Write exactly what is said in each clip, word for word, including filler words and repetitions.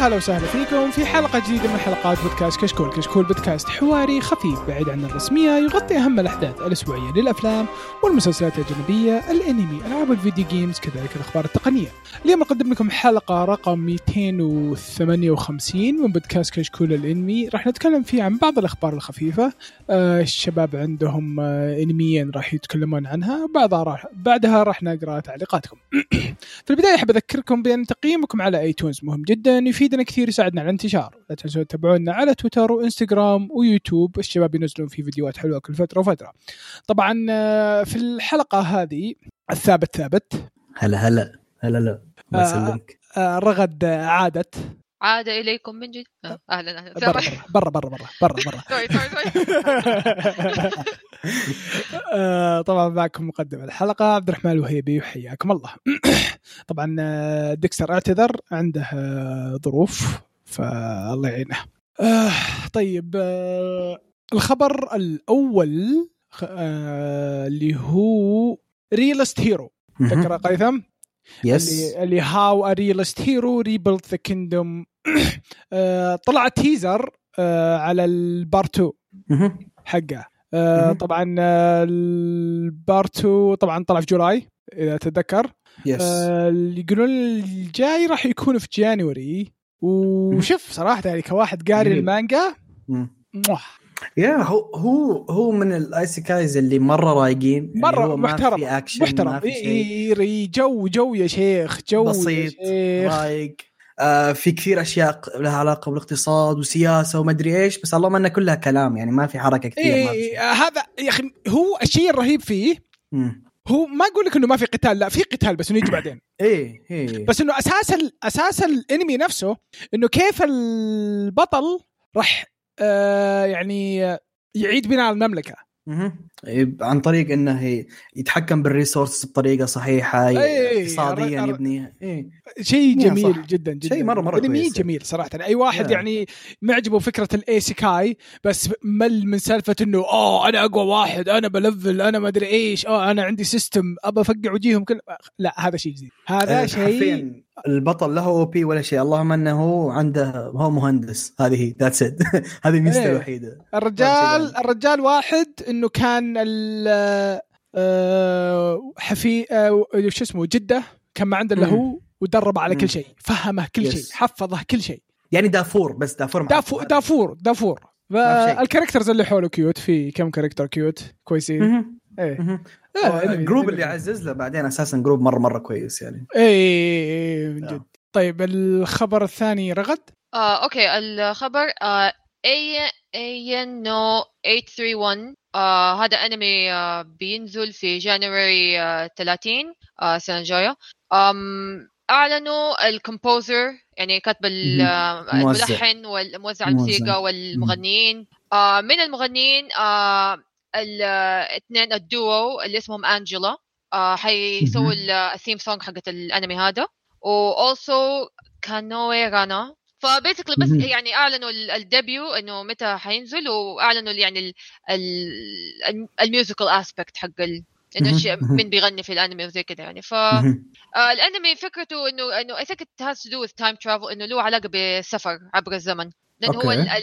هلا وسهلا فيكم في حلقة جديدة من حلقات بودكاست كشكول. كشكول بودكاست حواري خفيف بعيد عن الرسمية، يغطي أهم الأحداث الأسبوعية للأفلام والمسلسلات الأجنبية، الأنمي، ألعاب الفيديو جيمز، كذلك الأخبار التقنية. اليوم أقدم لكم حلقة رقم مئتين وثمانية وخمسين من بودكاست كشكول الأنمي. راح نتكلم فيه عن بعض الأخبار الخفيفة. آه الشباب عندهم آه أنميين راح يتكلمون عنها، بعدها راح بعدها راح نقرأ تعليقاتكم. في البداية أحب أذكركم بأن تقييمكم على ايتونز مهم جدا، يفيدنا كثير، يساعدنا على الانتشار. لا تنسوا تتابعونا على تويتر وإنستغرام ويوتيوب، الشباب ينزلون فيه فيديوهات حلوة كل فترة وفترة. طبعا في الحلقة هذه الثابت ثابت هلا هلا هلا لا بسلمك. آه رغد عادت عاد إليكم من جديد. أهلا أهلا. برا برا برا برا برا برا. طبعا معكم مقدم الحلقة عبد الرحمن الوهيبي، حياكم الله. طبعا ديكستر اعتذر، عنده ظروف فالله يعينه. آه طيب، آه الخبر الأول آه اللي هو ريلست هيرو. تقرأ قيثم؟ يس. اللي اللي هاو ا ريلست هيرو ريبيلد ذا كيندوم. طلع تيزر آه على البارتو حقه. آه طبعا آه البارتو طبعا طلع في جولاي اذا تتذكر. آه اللي يقولون الجاي راح يكون في جانوري. وشوف صراحه يعني كواحد قاري المانجا يا هو هو هو من الايسيكايز اللي مره رايقين، مره يعني محترم أكشن، محترم اي جو جو يا شيخ، جو بسيط رايق. آه في كثير اشياء لها علاقه بالاقتصاد وسياسه وما ادري ايش، بس اللهم انه كلها كلام، يعني ما في حركه كثير. إيه ما هذا يا اخي هو الشيء الرهيب فيه. م. هو ما اقول لك انه ما في قتال، لا في قتال بس انه يجي بعدين. ايه ايه بس انه اساس اساس الانمي نفسه انه كيف البطل راح آه يعني يعيد بناء المملكه عن طريق انه يتحكم بالريسورس بطريقه صحيحه، أيه اقتصاديا يبني. إيه شيء جميل جدا جدا، شيء مره مره كويس جميل صراحه. اي واحد yeah. يعني معجبه فكره الايسيكاي بس مل من سالفه انه اه انا اقوى واحد، انا بلفل، انا ما ادري ايش، اه انا عندي سيستم ابى افقع وجيهم كل. لا هذا شيء جديد، هذا شيء البطل له او بي ولا شيء، اللهم انه هو عنده هو مهندس، هذه ذاتس ات. هذه الميزه إيه. الوحيده. الرجال الرجال واحد انه كان ال حفي وش اسمه جده، كان ما عنده الا هو ودرب على كل شيء، فهمه كل شيء، حفظه كل شيء، يعني دافور بس دافور دافور دافور, دافور. الكاركترز اللي حوله كيوت، في كم كاركتر كيوت كويسين. ايه الجروب اللي عزز له بعدين اساسا جروب مره مره كويس يعني. ايه من جد. طيب الخبر الثاني رغد. آه، اوكي الخبر آه اي اي نو ثمانية ثلاثة واحد. آه هذا انمي آه بينزل في جانوري آه ثلاثين آه السنه الجايه. آم اعلنوا الكومبوزر، يعني كاتب الملحن والموزع الموسيقى والمغنيين. آه من المغنيين آه الاثنين الدوو اللي اسمهم أنجيلا آه حيسووا الثيم سونغ حقت الانمي هذا، و also كانوي رانا. فبيسكلي بس يعني اعلنوا الديبيو انه متى حينزل، واعلنوا يعني الميوزيكال اسبكت حق انه من بيغني في الانمي وزي كده يعني. ف الانمي فكرته انه انه I think it has to do with time travel، انه له علاقه بالسفر عبر الزمن، لانه هو ال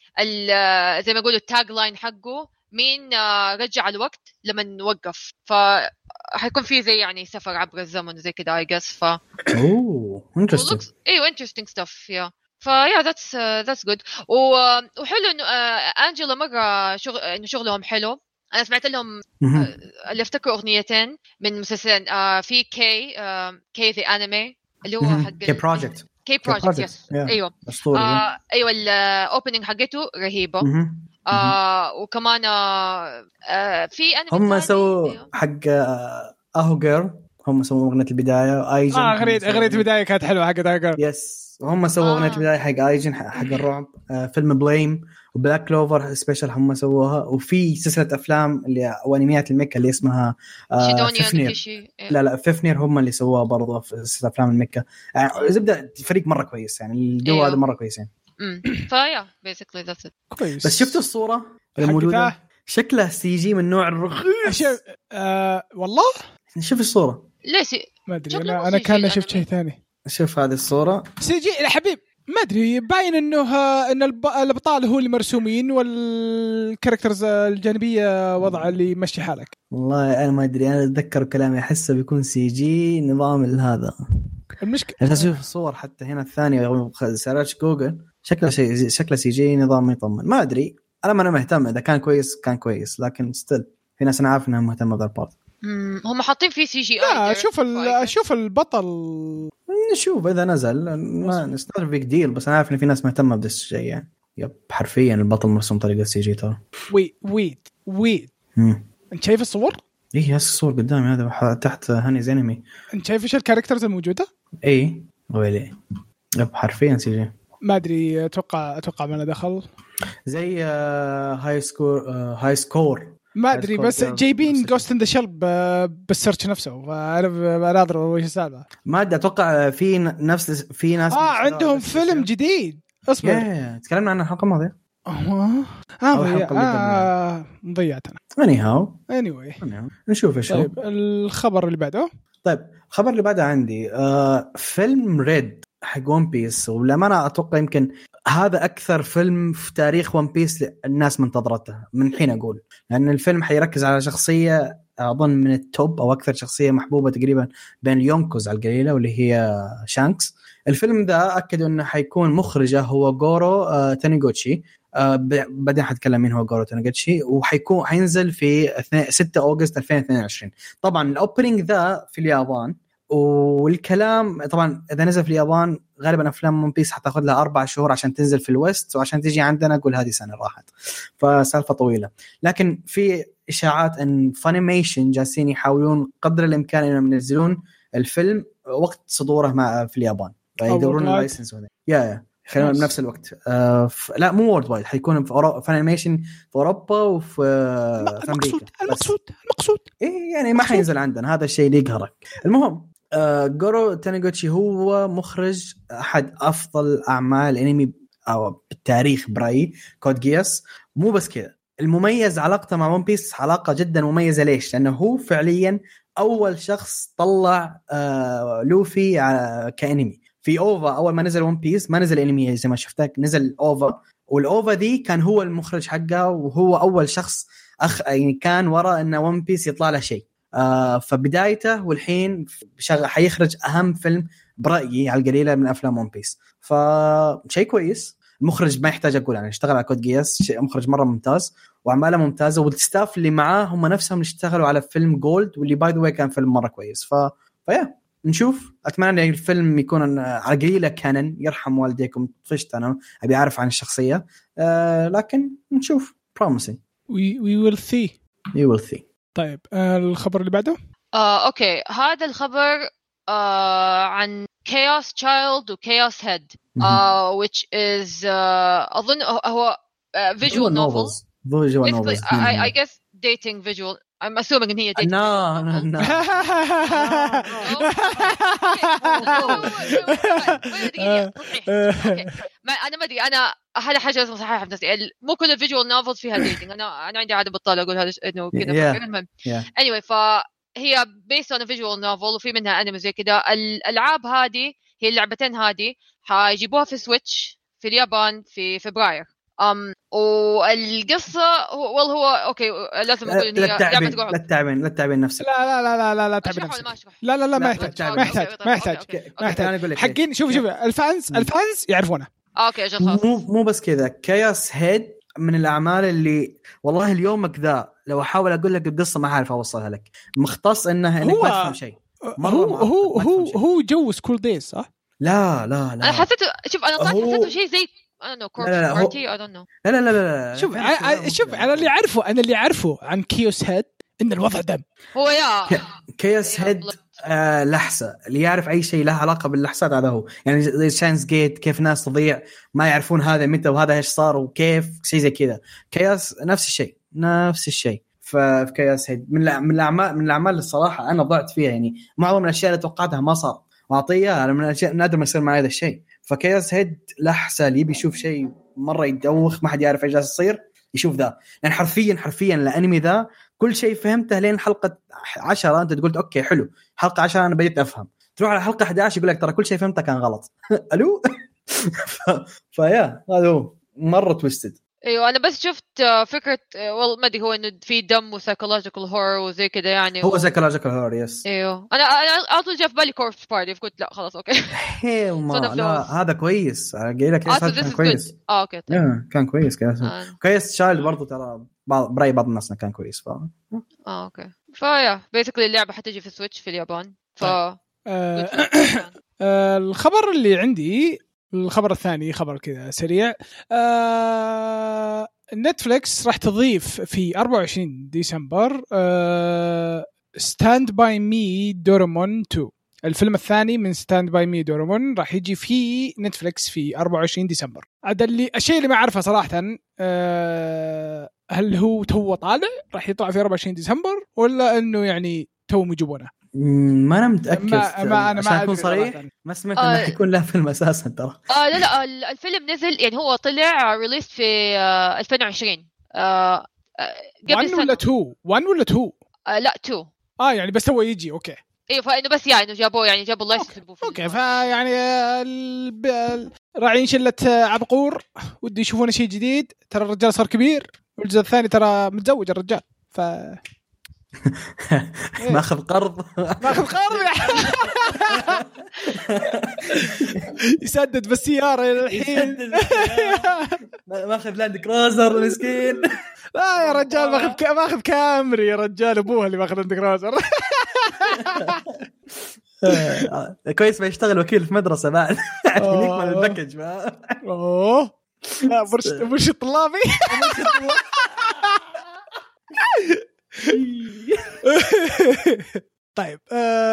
ال زي ما يقولوا التاج لاين حقه مين رجع الوقت لما نوقف، فحيكون في زي يعني سفر عبر الزمن زي كده I guess. ف اوه interesting. ايوه interesting stuff yeah. فيا that's uh, that's good. وحلو انه انجيلا مره شغل انه شغلهم حلو. انا سمعت لهم اللي افتكروا اغنيتين من مسلسلين في كي كي ذا انمي اللي هو حق كي بروجكت كي بروجكت يس ايوه آه ايوه الاوبننج حقته رهيبه. آه وكمان آه في انمي هم سووا حق اهو جيرل، هم سووا اغنيه البدايه ايجن. اه اغنيه اغنيه البدايه كانت حلوه حق ايجن. يس هم سووا آه. اغنيه البدايه حق ايجن حق الرعب. آه فيلم بليم وبلاك كلوفر سبيشال هم سووها، وفي سلسله افلام اللي وانميات الميكا اللي اسمها آه فيفنير. لا لا فيفنير هم اللي سووها برضه في سلسله افلام الميكا. يعني زبده فريق مره كويس، يعني الجو هذا أيوه. مره كويسين. امم فيا بيسكلي ذاتس ات كويس. بس شفتوا الصوره الموجوده شكله سي جي من نوع الرخيص. آه والله شوف الصوره ليش ما ادري، انا انا كان شفت شيء ثاني. شوف هذه الصوره سي جي يا حبيب، ما ادري باين انه ان الابطال هو اللي مرسومين والكاركترز الجانبيه وضع اللي يمشي حالك. والله انا ما ادري، انا اتذكر كلامي احسه بيكون سي جي نظام هذا المشكله. اشوف الصور حتى هنا الثانيه سيرش جوجل شكله شيء شكله سي جي نظام يطمن. ما ادري انا ما انا مهتم اذا كان كويس كان كويس، لكن ستيل في ناس انا عارف انها مهتمه بالبارت. هم حاطين فيه سي جي لا شوف شوف البطل نشوف اذا نزل ما نستغرب بيك ديل، بس انا عارف ان في ناس مهتمه بهذا الشيء يعني. يب حرفيا البطل مرسوم طريقه سي جي ترى. وي ويت ويت انت شايف الصور؟ ايه هسه الصور قدامي هذا تحت هاني زينمي. انت شايف ايش الكاركترز الموجوده؟ ايه ويلي يب حرفيا سي جي. ما ادري اتوقع اتوقع ما له دخل زي هاي سكور هاي سكور ما ادري بس جايبين جوست ان ذا شيل بالسيرش نفسه، فانا ناظر وش السالفه. ما ادري اتوقع في نفس في ناس اه عندهم فيلم جديد اصبر yeah. تكلمنا عنه الحلقه الماضيه اه اه آه. ضيعتنا اني هاو anyway نشوف ايش طيب الخبر اللي بعده. طيب الخبر اللي بعده عندي آه فيلم ريد حق ون بيس، ولما انا اتوقع يمكن هذا اكثر فيلم في تاريخ ون بيس الناس منتظرته من حين اقول، لان الفيلم حيركز على شخصيه اظن من التوب او اكثر شخصيه محبوبه تقريبا بين اليونكوز على القليله واللي هي شانكس. الفيلم ذا اكدوا انه حيكون مخرجه هو غورو آه تانيغوتشي. آه بعدين حتكلم مين هو غورو تانيغوتشي، وحيكون حينزل في ستة أغسطس ألفين واثنين وعشرين. طبعا الاوبننج ذا في اليابان، والكلام طبعا اذا نزل في اليابان غالبا افلام ون بيس حتاخذ لها اربع شهور عشان تنزل في الويست، وعشان تيجي عندنا اقول هذه سنه راحت، فسالفه طويله. لكن في اشاعات ان فانيميشن جالسين يحاولون قدر الامكان انهم ينزلون الفيلم وقت صدوره مع في اليابان، فيدورون اللايسنس هذا يا يا خلينا بنفس الوقت. آه ف... لا مو وورد وايد، حيكون في أورو... فانيميشن في اوروبا وفي, في امريكا. المقصود المقصود ايه يعني ما حينزل عندنا، هذا الشيء اللي يقهرك. المهم آه غورو تانيغوتشي هو مخرج احد افضل اعمال انمي او بالتاريخ برايي كود جياس. مو بس كذا، المميز علاقته مع ون بيس علاقه جدا مميزه. ليش؟ لانه هو فعليا اول شخص طلع آه لوفي كانمي في اوفا. اول ما نزل ون بيس ما نزل انمي زي ما شفتك، نزل اوفا، والاوفا دي كان هو المخرج حقه، وهو اول شخص أخ يعني كان وراء ان ون بيس يطلع له شيء. آه فبدايته والحين حيخرج أهم فيلم برأيي على القليلة من أفلام ون بيس، فشيء كويس. المخرج ما يحتاج أقول يعني اشتغل على كود جياس، مخرج مرة ممتاز وأعماله ممتازة، والستاف اللي معاه هم نفسهم اشتغلوا على فيلم جولد واللي باي ذا واي كان فيلم مرة كويس. ف فيا نشوف، أتمنى أن الفيلم يكون على قليلة كانن. يرحم والديكم طفشت أنا أبي أعرف عن الشخصية، آه لكن نشوف promising we, we will see we will see. طيب آه الخبر اللي بعده آه أوكي هذا الخبر آه عن Chaos Child و Chaos Head آه which is آه أظن هو uh, visual novel visual novels I, I guess dating visual I'm assuming إن هي dating no no no ما أنا ما أدري أنا هذا حاجة صحيحة في نفسي. مو كل الفيجوال نوفلز فيها ديتنج. أنا أنا عندي عادة بطالة أقول هذا إنه كذا. المهم anyway فهي based on a visual novel وفي منها أنمي زي كذا. الألعاب هذه هي اللعبتين هذه حيجيبوها في سويتش في اليابان في فبراير. أم والقصة هو والله هو أوكي لازم أقول إن هي لعبة لا تتعبين لا تتعبين نفسك. لا لا لا لا لا لا تعبين نفسك. لا لا لا ما يحتاج ما يحتاج ما يحتاج ما يحتاج. حقين شوف شوف الفانز الفانز يعرفونه. أوكي أجل خلاص. مو مو بس كذا. كياس هيد من الأعمال اللي والله اليوم كذا لو أحاول أقول لك القصة ما أعرف أوصلها لك. مختص إنها إنك ما تفهم شيء. هو هو هو هو جو سكول دايز صح؟ لا لا لا. أنا حسيت شوف أنا طلعت حسيته شيء زي I don't know corpse party I don't know. لا لا لا لا شوف ع... شوف أنا اللي أعرفه أنا اللي أعرفه عن كيوس هيد إن الوضع دم. هو يا ك... كيوس هيد آه لحسة. اللي يعرف أي شيء له علاقة باللحسات هذا هو. يعني زي شانس جيت كيف ناس تضيع ما يعرفون هذا متى وهذا إيش صار وكيف شيء زي كذا. كيوس نفس الشيء نفس الشيء. في كيوس هيد من من الأعمال من الأعمال الصراحة أنا ضعت فيها. يعني معظم الأشياء اللي توقعتها ما صار وأعطيها. أنا من الأشياء نادر ما يصير معي هذا الشيء. فكياس هيد لحسة اللي يبي يشوف شيء مرة يدوخ ما حد يعرف إيش يصير يشوف ذا. لأن حرفيا حرفيا الأنمي ذا كل شيء فهمته لين حلقة عشرة أنت تقول أوكي حلو. حلقة عشرة أنا بديت أفهم. تروح على حلقة أحد عشر يقول لك ترى كل شيء فهمته كان غلط. ألو فيا هذا هو مره تويستد. ايوه انا بس شفت فكره والله ما ادري هو انه في دم وسايكولوجيكال هورر وزي كذا يعني هو سايكولوجيكال هورر يس. ايوه انا انا على طول جاء في بالي كوربس بارتي قلت لا خلاص اوكي هيل ما لا هذا كويس قايل لك آه كان كويس اه اوكي طيب. كان كويس كويس آه. كويس شايل برضه ترى براي بعض الناس كان كويس ف اه اوكي فيا بيسكلي اللعبه حتجي في السويتش في اليابان ف الخبر اللي عندي الخبر الثاني خبر كذا سريع. آه نتفليكس راح تضيف في أربعة وعشرين ديسمبر ستاند باي مي دوريمون تو. الفيلم الثاني من ستاند باي مي دوريمون راح يجي في نتفليكس في أربعة وعشرين ديسمبر. هذا اللي الشيء اللي ما أعرفه صراحة. آه هل هو تو طالع راح يطلع في أربعة وعشرين ديسمبر ولا إنه يعني تو يجيبونه؟ ما انا متاكد ما, ما انا ما اكون صريح ما سمعت انه آه حيكون له فيلم اساسا ترى. اه لا لا الفيلم نزل يعني هو طلع ريليس في آه ألفين وعشرين آه قبل سنة. ولا تو واحد ولا تو آه لا تو اه يعني بس هو يجي اوكي ايوه فانه بس يعني جابوه يعني جابوا الله يسلمه اوكي فيعني راعين شله عبقور ودي يشوفون شيء جديد. ترى الرجال صار كبير والجزء الثاني ترى متزوج الرجال ف ماخذ قرض ماخذ قرض يسدد بالسيارة الحين ماخذ لاند كروزر مسكين. لا يا رجال ماخذ ك... ماخذ كامري يا رجال ابوها اللي ماخذ لاند كروزر. كويس بيشتغل وكيل في مدرسة بعد عشان يكمل الباكج. اوه لا برش برش طلابي. طيب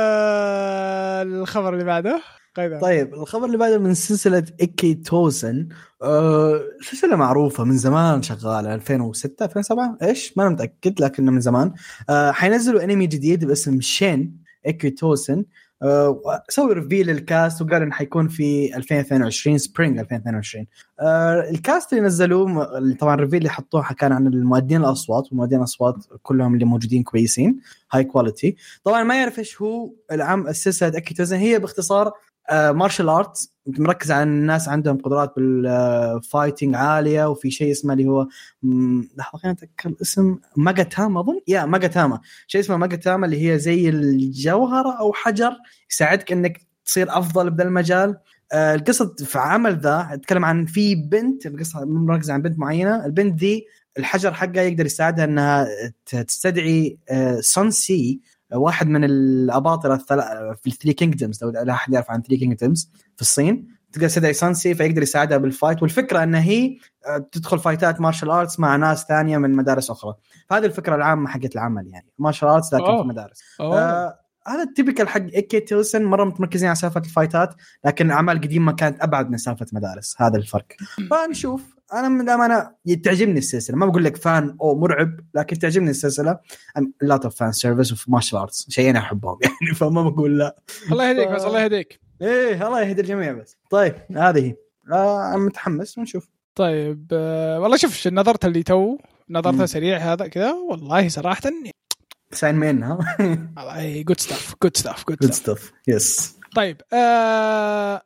آه الخبر اللي بعده قيدة. طيب الخبر اللي بعده من سلسلة إيكي توسن. آه سلسلة معروفة من زمان شغالة ألفين وستة ألفين وسبعة إيش ما أنا متأكد لكنه من زمان. آه حينزلوا أنمي جديد باسم شين إيكي توسن. آه سووا ريفيل الكاست وقال إن حيكون في ألفين واثنين وعشرين سبرينج ألفين واثنين وعشرين. آه الكاست اللي نزلوه طبعا الريفيل اللي حطوه كان عن المؤدين الأصوات ومؤدين الأصوات كلهم اللي موجودين كويسين هاي كواليتي. طبعا ما يعرف إيش هو العام السلسلة إيكي توسن هي باختصار مارشال uh, ارتس مركز على الناس عندهم قدرات بالفايتنج عاليه وفي شيء اسمه اللي هو لحظه خليني اتذكر الاسم ماغاتاما اظن يا ماغاتاما شيء اسمه ماغاتاما اللي هي زي الجوهره او حجر يساعدك انك تصير افضل بهذا المجال. uh, القصه في عمل ذا اتكلم عن في بنت القصه مركزه عن بنت معينه. البنت دي الحجر حقها يقدر يساعدها انها تستدعي uh, سانسي واحد من الأباطرة في الثري كينجدمز. لو لا أحد يعرف عن ثري كينجدمز في الصين تقدر تدعي سانسي فيقدر يساعدها بالفايت. والفكرة أنها هي تدخل فايتات مارشال آرتس مع ناس ثانية من مدارس أخرى. فهذه الفكرة العامة حقت العمل يعني مارشال آرتس لكن أوه. في مدارس. آه هذا التيبيكال حق إيكي توسن مرة متمركزين على سالفة الفايتات لكن الأعمال القديمة كانت أبعد من سالفة مدارس. هذا الفرق. فنشوف. أنا من دام أنا تعجبني السلسلة ما بقول لك فان أو مرعب لكن تعجبني السلسلة. lot of fan service of martial arts شيء أنا أحبهم يعني فما بقول لا. الله يهديك بس الله يهديك. إيه الله يهدي الجميع بس. طيب هذه آه أنا متحمس ونشوف. طيب آه والله شوف نظرت اللي تو نظرتها سريع هذا كذا والله صراحة ساين مين ها. والله good stuff good stuff good, good stuff. stuff yes. طيب آه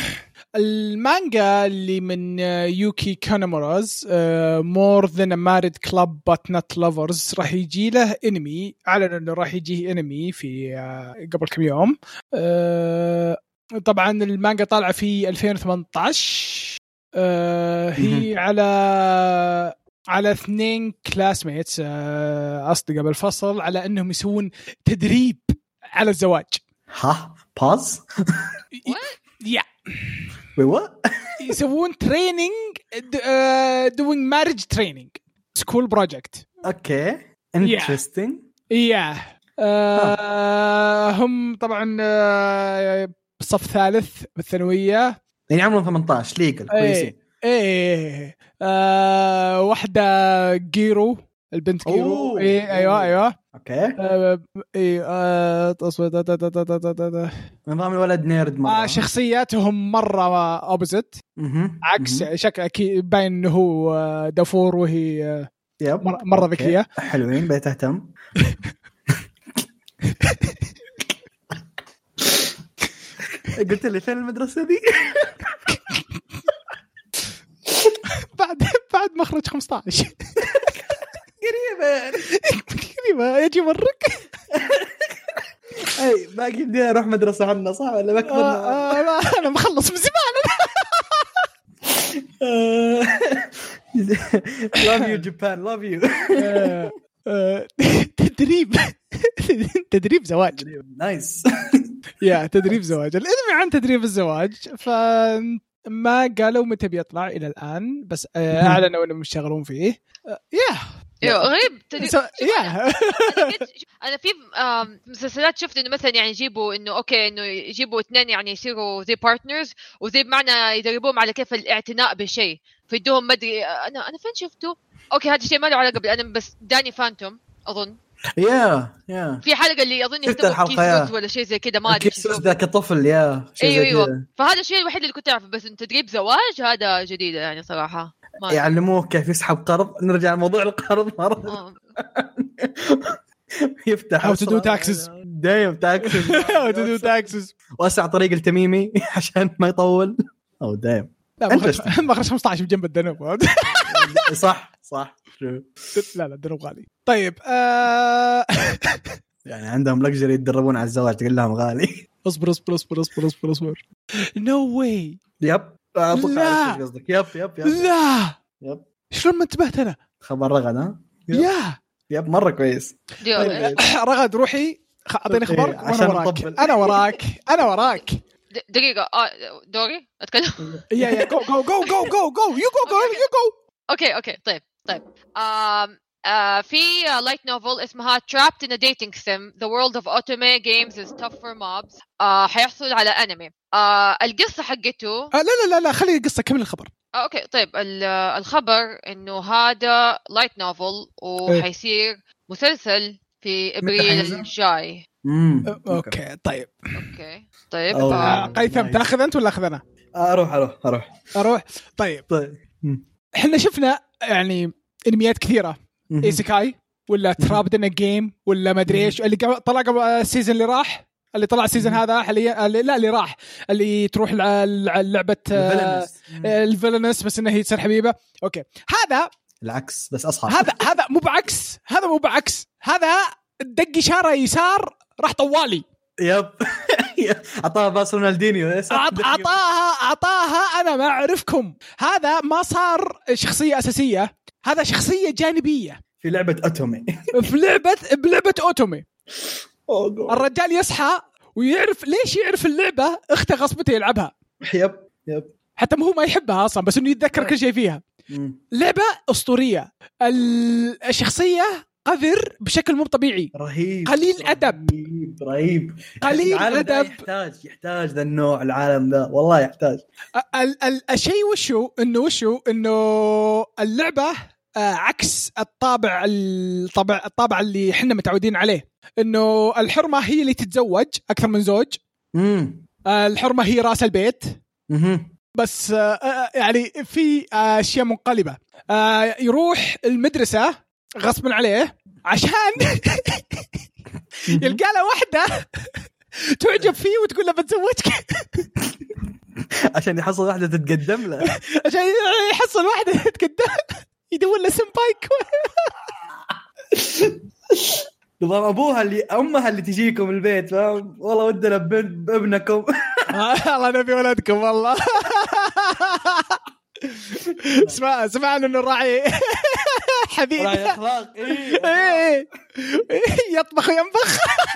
المانجا اللي من يوكي كاناموراز مور ذان ماريد كلاب بات نوت لافرز راح يجي له انمي. اعلن انه راح يجي انمي في قبل كم يوم. طبعا المانجا طالعه في ألفين وثمانية عشر. هي على على اثنين كلاسميتس اصدقاء بالفصل على انهم يسوون تدريب على الزواج. ها باز يا what يسوون training uh, doing marriage training school project. okay interesting. yeah, yeah. uh, هم طبعا uh, صف ثالث بالثانوية يعني عمرهم ثمانية عشر ليجل كويسين. ايه آه واحدة جيرو البنت جيرو. ايه ايوه ايوه اوكي. آه ايه آه تصويت نظام الولد نيرد مرة. آه شخصياتهم مرة اوبوزيت عكس شكل اكيد باين انه هو دافور وهي مرة, مرة ذكية. حلوين بتهتم. قلت لي فين المدرسة دي؟ مخرج خمسة عشر. قريبا قريبا يجي مرك. اي باقي بدي اروح مدرسه عنا صح ولا بكبر؟ آه آه انا مخلص من زمان. love you Japan love you. تدريب تدريب زواج نايس. يا تدريب زواج. الانمي عن تدريب الزواج، فما قالوا متى بيطلع الى الان، بس اعلنوا انهم يشتغلون فيه. يا ايوه غريب تدريب. يا انا في مسلسلات شفت انه مثلا يعني يجيبوا انه اوكي انه يجيبوا اثنين يعني يصيروا زي بارتنرز وزي بمعنى يدربوهم على كيف الاعتناء بشيء، فيدوهم ما ادري انا انا فين شفته. اوكي هذا الشيء ما له علاقه بالانمي، بس داني فانتوم اظن يا يا في حلقه اللي اظن يهتموا بكيس ولا شيء زي كذا، ما ادري كيس ذاك الطفل. يا ايوه ايوه فهذا الشيء الوحيد اللي كنت اعرفه، بس تدريب زواج هذا جديده يعني صراحه. يعلموه كيف يسحب قرض. نرجع لموضوع القرض مرة. يفتح how to do taxes دايم taxes how to do taxes واسع طريق التميمي عشان ما يطول. او دايم لا مخرج خمسة عشر بجنب الدنوب. صح صح. لا لا الدنوب غالي. طيب آه... يعني عندهم لكجري يتدربون على الزواج تقول لهم غالي. اصبر اصبر اصبر اصبر اصبر اصبر نو واي. يب لا قصدك. يب يب يب لا يب شلون ما انتبهت انا؟ خبر رغد ها. يا يب مرة كويس. رغد روحي اعطيني خبر وانا وراك. انا وراك انا وراك. دقيقة دوري اتكلم. يا يا جو جو جو جو جو جو يو جو جو يو جو. اوكي اوكي طيب طيب آم آه في لايت نوفل اسمها Trapped in a Dating Sim The World of Otome Games is Tough for Mobs. آه حيحصل على أنمي. آه القصة حقته آه لا لا لا لا خلي القصة كمل الخبر. آه أوكي طيب الخبر إنه هذا لايت نوفل وحيصير مسلسل في إبريل الجاي. امم اوكي طيب اوكي طيب آه قيثم تاخذ انت ولا اخذ انا؟ اروح اروح اروح اروح طيب طيب احنا شفنا يعني انميات كثيره ايسيكاي ولا ترابدنا جيم ولا ما ادري ايش اللي طلع قبل السيزون اللي راح اللي طلع السيزون هذا حاليا لا اللي راح اللي تروح لعبه الفيلنس بس انها هي تصير حبيبه. اوكي هذا العكس بس اصعب. هذا هذا مو بعكس هذا مو بعكس هذا دق اشاره يسار راح طوالي. يب عطاها باس رونالدينيو. عطاها عطاها انا ما اعرفكم. هذا ما صار شخصيه اساسيه، هذا شخصيه جانبيه في لعبه اوتومي. في لعبه بلعبه اوتومي. الرجال يصحى ويعرف ليش يعرف اللعبه اخته غصبته يلعبها. يب يب حتى هو ما يحبها اصلا بس انه يتذكر كل شيء فيها. لعبه اسطوريه. الشخصيه قذر بشكل مو طبيعي. رهيب. قليل ادب. رهيب رهيب. قليل ادب. يحتاج يحتاج ذا النوع العالم ذا والله يحتاج. ال ال الشيء وشو انه وشو انه اللعبه آه عكس الطابع الطابع الطابع اللي احنا متعودين عليه، انه الحرمه هي اللي تتزوج اكثر من زوج. امم آه الحرمه هي راس البيت. امم بس آه يعني في آه اشياء منقلبه. آه يروح المدرسه غصبا عليه عشان يلقى له واحده تعجب فيه وتقول له بتزوجك. عشان يحصل واحده تتقدم له. عشان يحصل واحده تتقدم يدور له سمبايك. نظام ابوها اللي امها اللي تجيكم البيت فاهم والله ودنا بابنكم. الله نبي ولدكم والله. اسمع سمعنا انه راعي حبيب راعي اخلاق. ايه يطبخ وينفخ.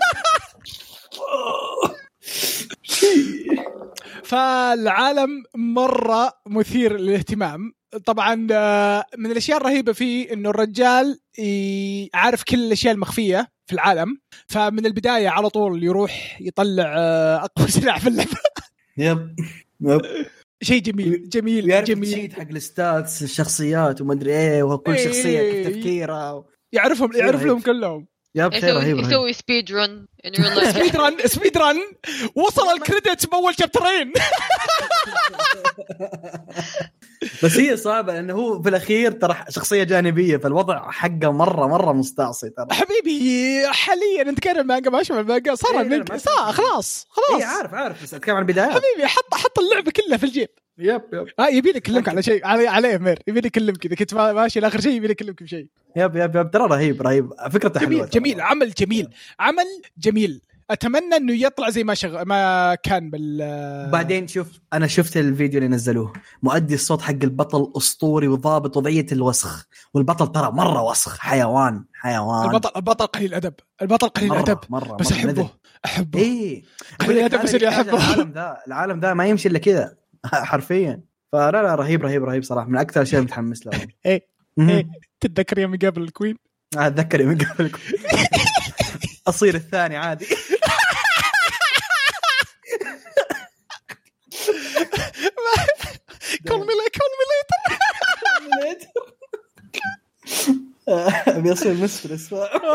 فالعالم مرة مثير للاهتمام. طبعا من الاشياء الرهيبة فيه انه الرجال عارف كل الاشياء المخفية في العالم، فمن البداية على طول يروح يطلع اقوى سلاح في اللعبة. يب يب شيء جميل جميل جميل حق الستاتس الشخصيات وما ادري ايه وكل شخصيه إيه تفكيرها يعرفهم يعرف لهم كلهم. يب شيء رهيب. يسوي سبيد رن سبيد رن سبيد رن وصل الكريديتس باول شابترين. بس هي صعبه لانه هو في الاخير ترى شخصيه جانبيه فالوضع حقه مره مره مستعصي ترى. حبيبي حاليا انت كان المانجا ماشي مع المانجا صار إيه صار خلاص خلاص. اي عارف عارف بس اتكلم عن البدايه. حبيبي حط حط اللعبه كلها في الجيب يب يب اه يبي لي اكلمك على شيء على عليه مير يبي لي اكلمك اذا كنت ماشي لاخر شيء يبي لي اكلمك بشيء. يب يب يب ترى رهيب رهيب فكرته جميل حلوه جميل عمل جميل عمل جميل. اتمنى انه يطلع زي ما شغ... ما كان بال. بعدين شوف انا شفت الفيديو اللي نزلوه مؤدي الصوت حق البطل اسطوري وضابط وضعيه الوسخ والبطل ترى مره وسخ حيوان حيوان. البطل البطل قليل ادب البطل قليل مرة ادب مرة بس مرة احبه ندل. احبه ايه قليل ادب بس اللي احبه. العالم ذا العالم ذا ما يمشي الا كذا حرفيا. فلا لا رهيب رهيب رهيب صراحه من اكثر شيء متحمس له. ايه ايه تتذكر يوم قبل الكوين؟ اتذكر يوم قبل الكوين اصير الثاني عادي. كل مي كل مي ابي اصير مسفرس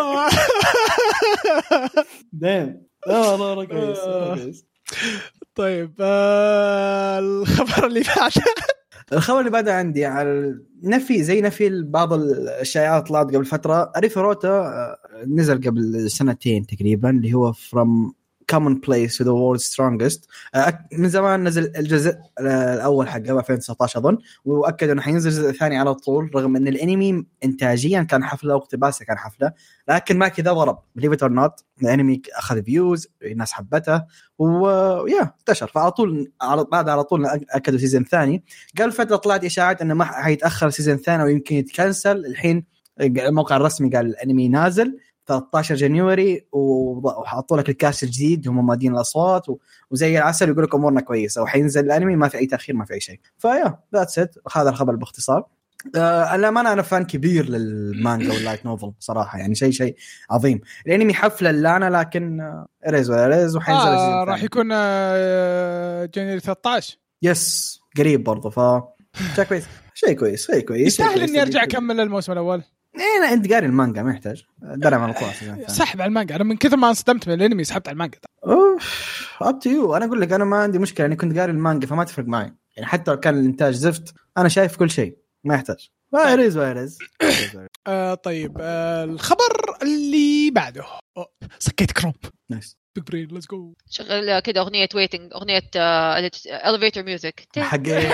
دايم. اه والله ركز. طيب الخبر اللي بعده الخبر اللي بعده عندي على نفي زي نفي بعض الشائعات طلعت قبل فترة. أريف روتا نزل قبل سنتين تقريبا اللي هو from common place to the world's strongest. من زمان نزل الجزء الأول حقه ألفين وتسعة عشر أظن وأكدوا أنه حينزل الجزء الثاني على طول رغم أن الأنمي إنتاجيا كان حفلة واقتباسه كان حفلة لكن ما كذا ضرب believe it or not. الأنمي أخذ فيوز الناس حبته ويا انتشر فعلى طول بعد على طول أكدوا سيزن ثاني. قبل فترة طلعت إشاعات أنه ما حيتأخر سيزن ثاني ويمكن يتكنسل. الحين الموقع الرسمي قال الأنمي نازل ثلاثة عشر جانيوري وحطوا لك الكاست الجديد هم مادين الأصوات وزي العسل يقول لك أمورنا كويسة وحينزل الأنمي ما في أي تأخير ما في أي شيء. فيا ذاتس إت هذا الخبر باختصار. أه أنا ما أنا فان كبير للمانجا واللايت نوفل صراحة يعني شيء شيء عظيم. الأنمي حفلة لنا لكن إريز وإريز وحينزل آه راح يكون آه جانيوري ثلاثة عشر يس قريب برضه ف شيء كويس شيء كويس شيء كويس يستاهل إني أرجع أكمل الموسم الأول. إيه أنا أنت قاري المانجا ما يحتاج درع على القواس سحب على المانجا. أنا من كثر ما انصدمت من الأنمي سحبت على المانجا. أوف up to you. أنا أقول لك أنا ما عندي مشكلة أني كنت قاري المانجا فما تفرق معي يعني حتى لو كان الإنتاج زفت أنا شايف كل شيء ما يحتاج وايرز وايرز. آه طيب آه الخبر اللي بعده سكيت كروب نايس بيج برين ليتس جو. شغل كده أغنية ويتنج أغنية elevator music حقيقي.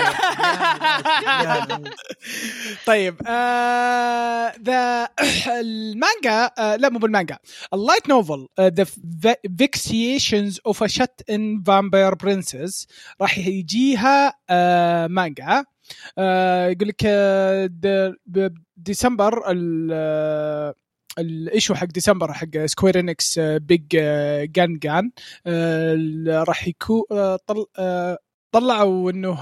طيب آه ذا المانجا آه لا مو بالمانجا اللايت نوفل ذا فيكسيشنز اوف ا شت ان فامباير برنسس راح يجيها آه مانجا. آه يقول لك ديسمبر ال الايشو حق ديسمبر حق سكوير انكس بيج جان جان راح يكون طل طلعوا انه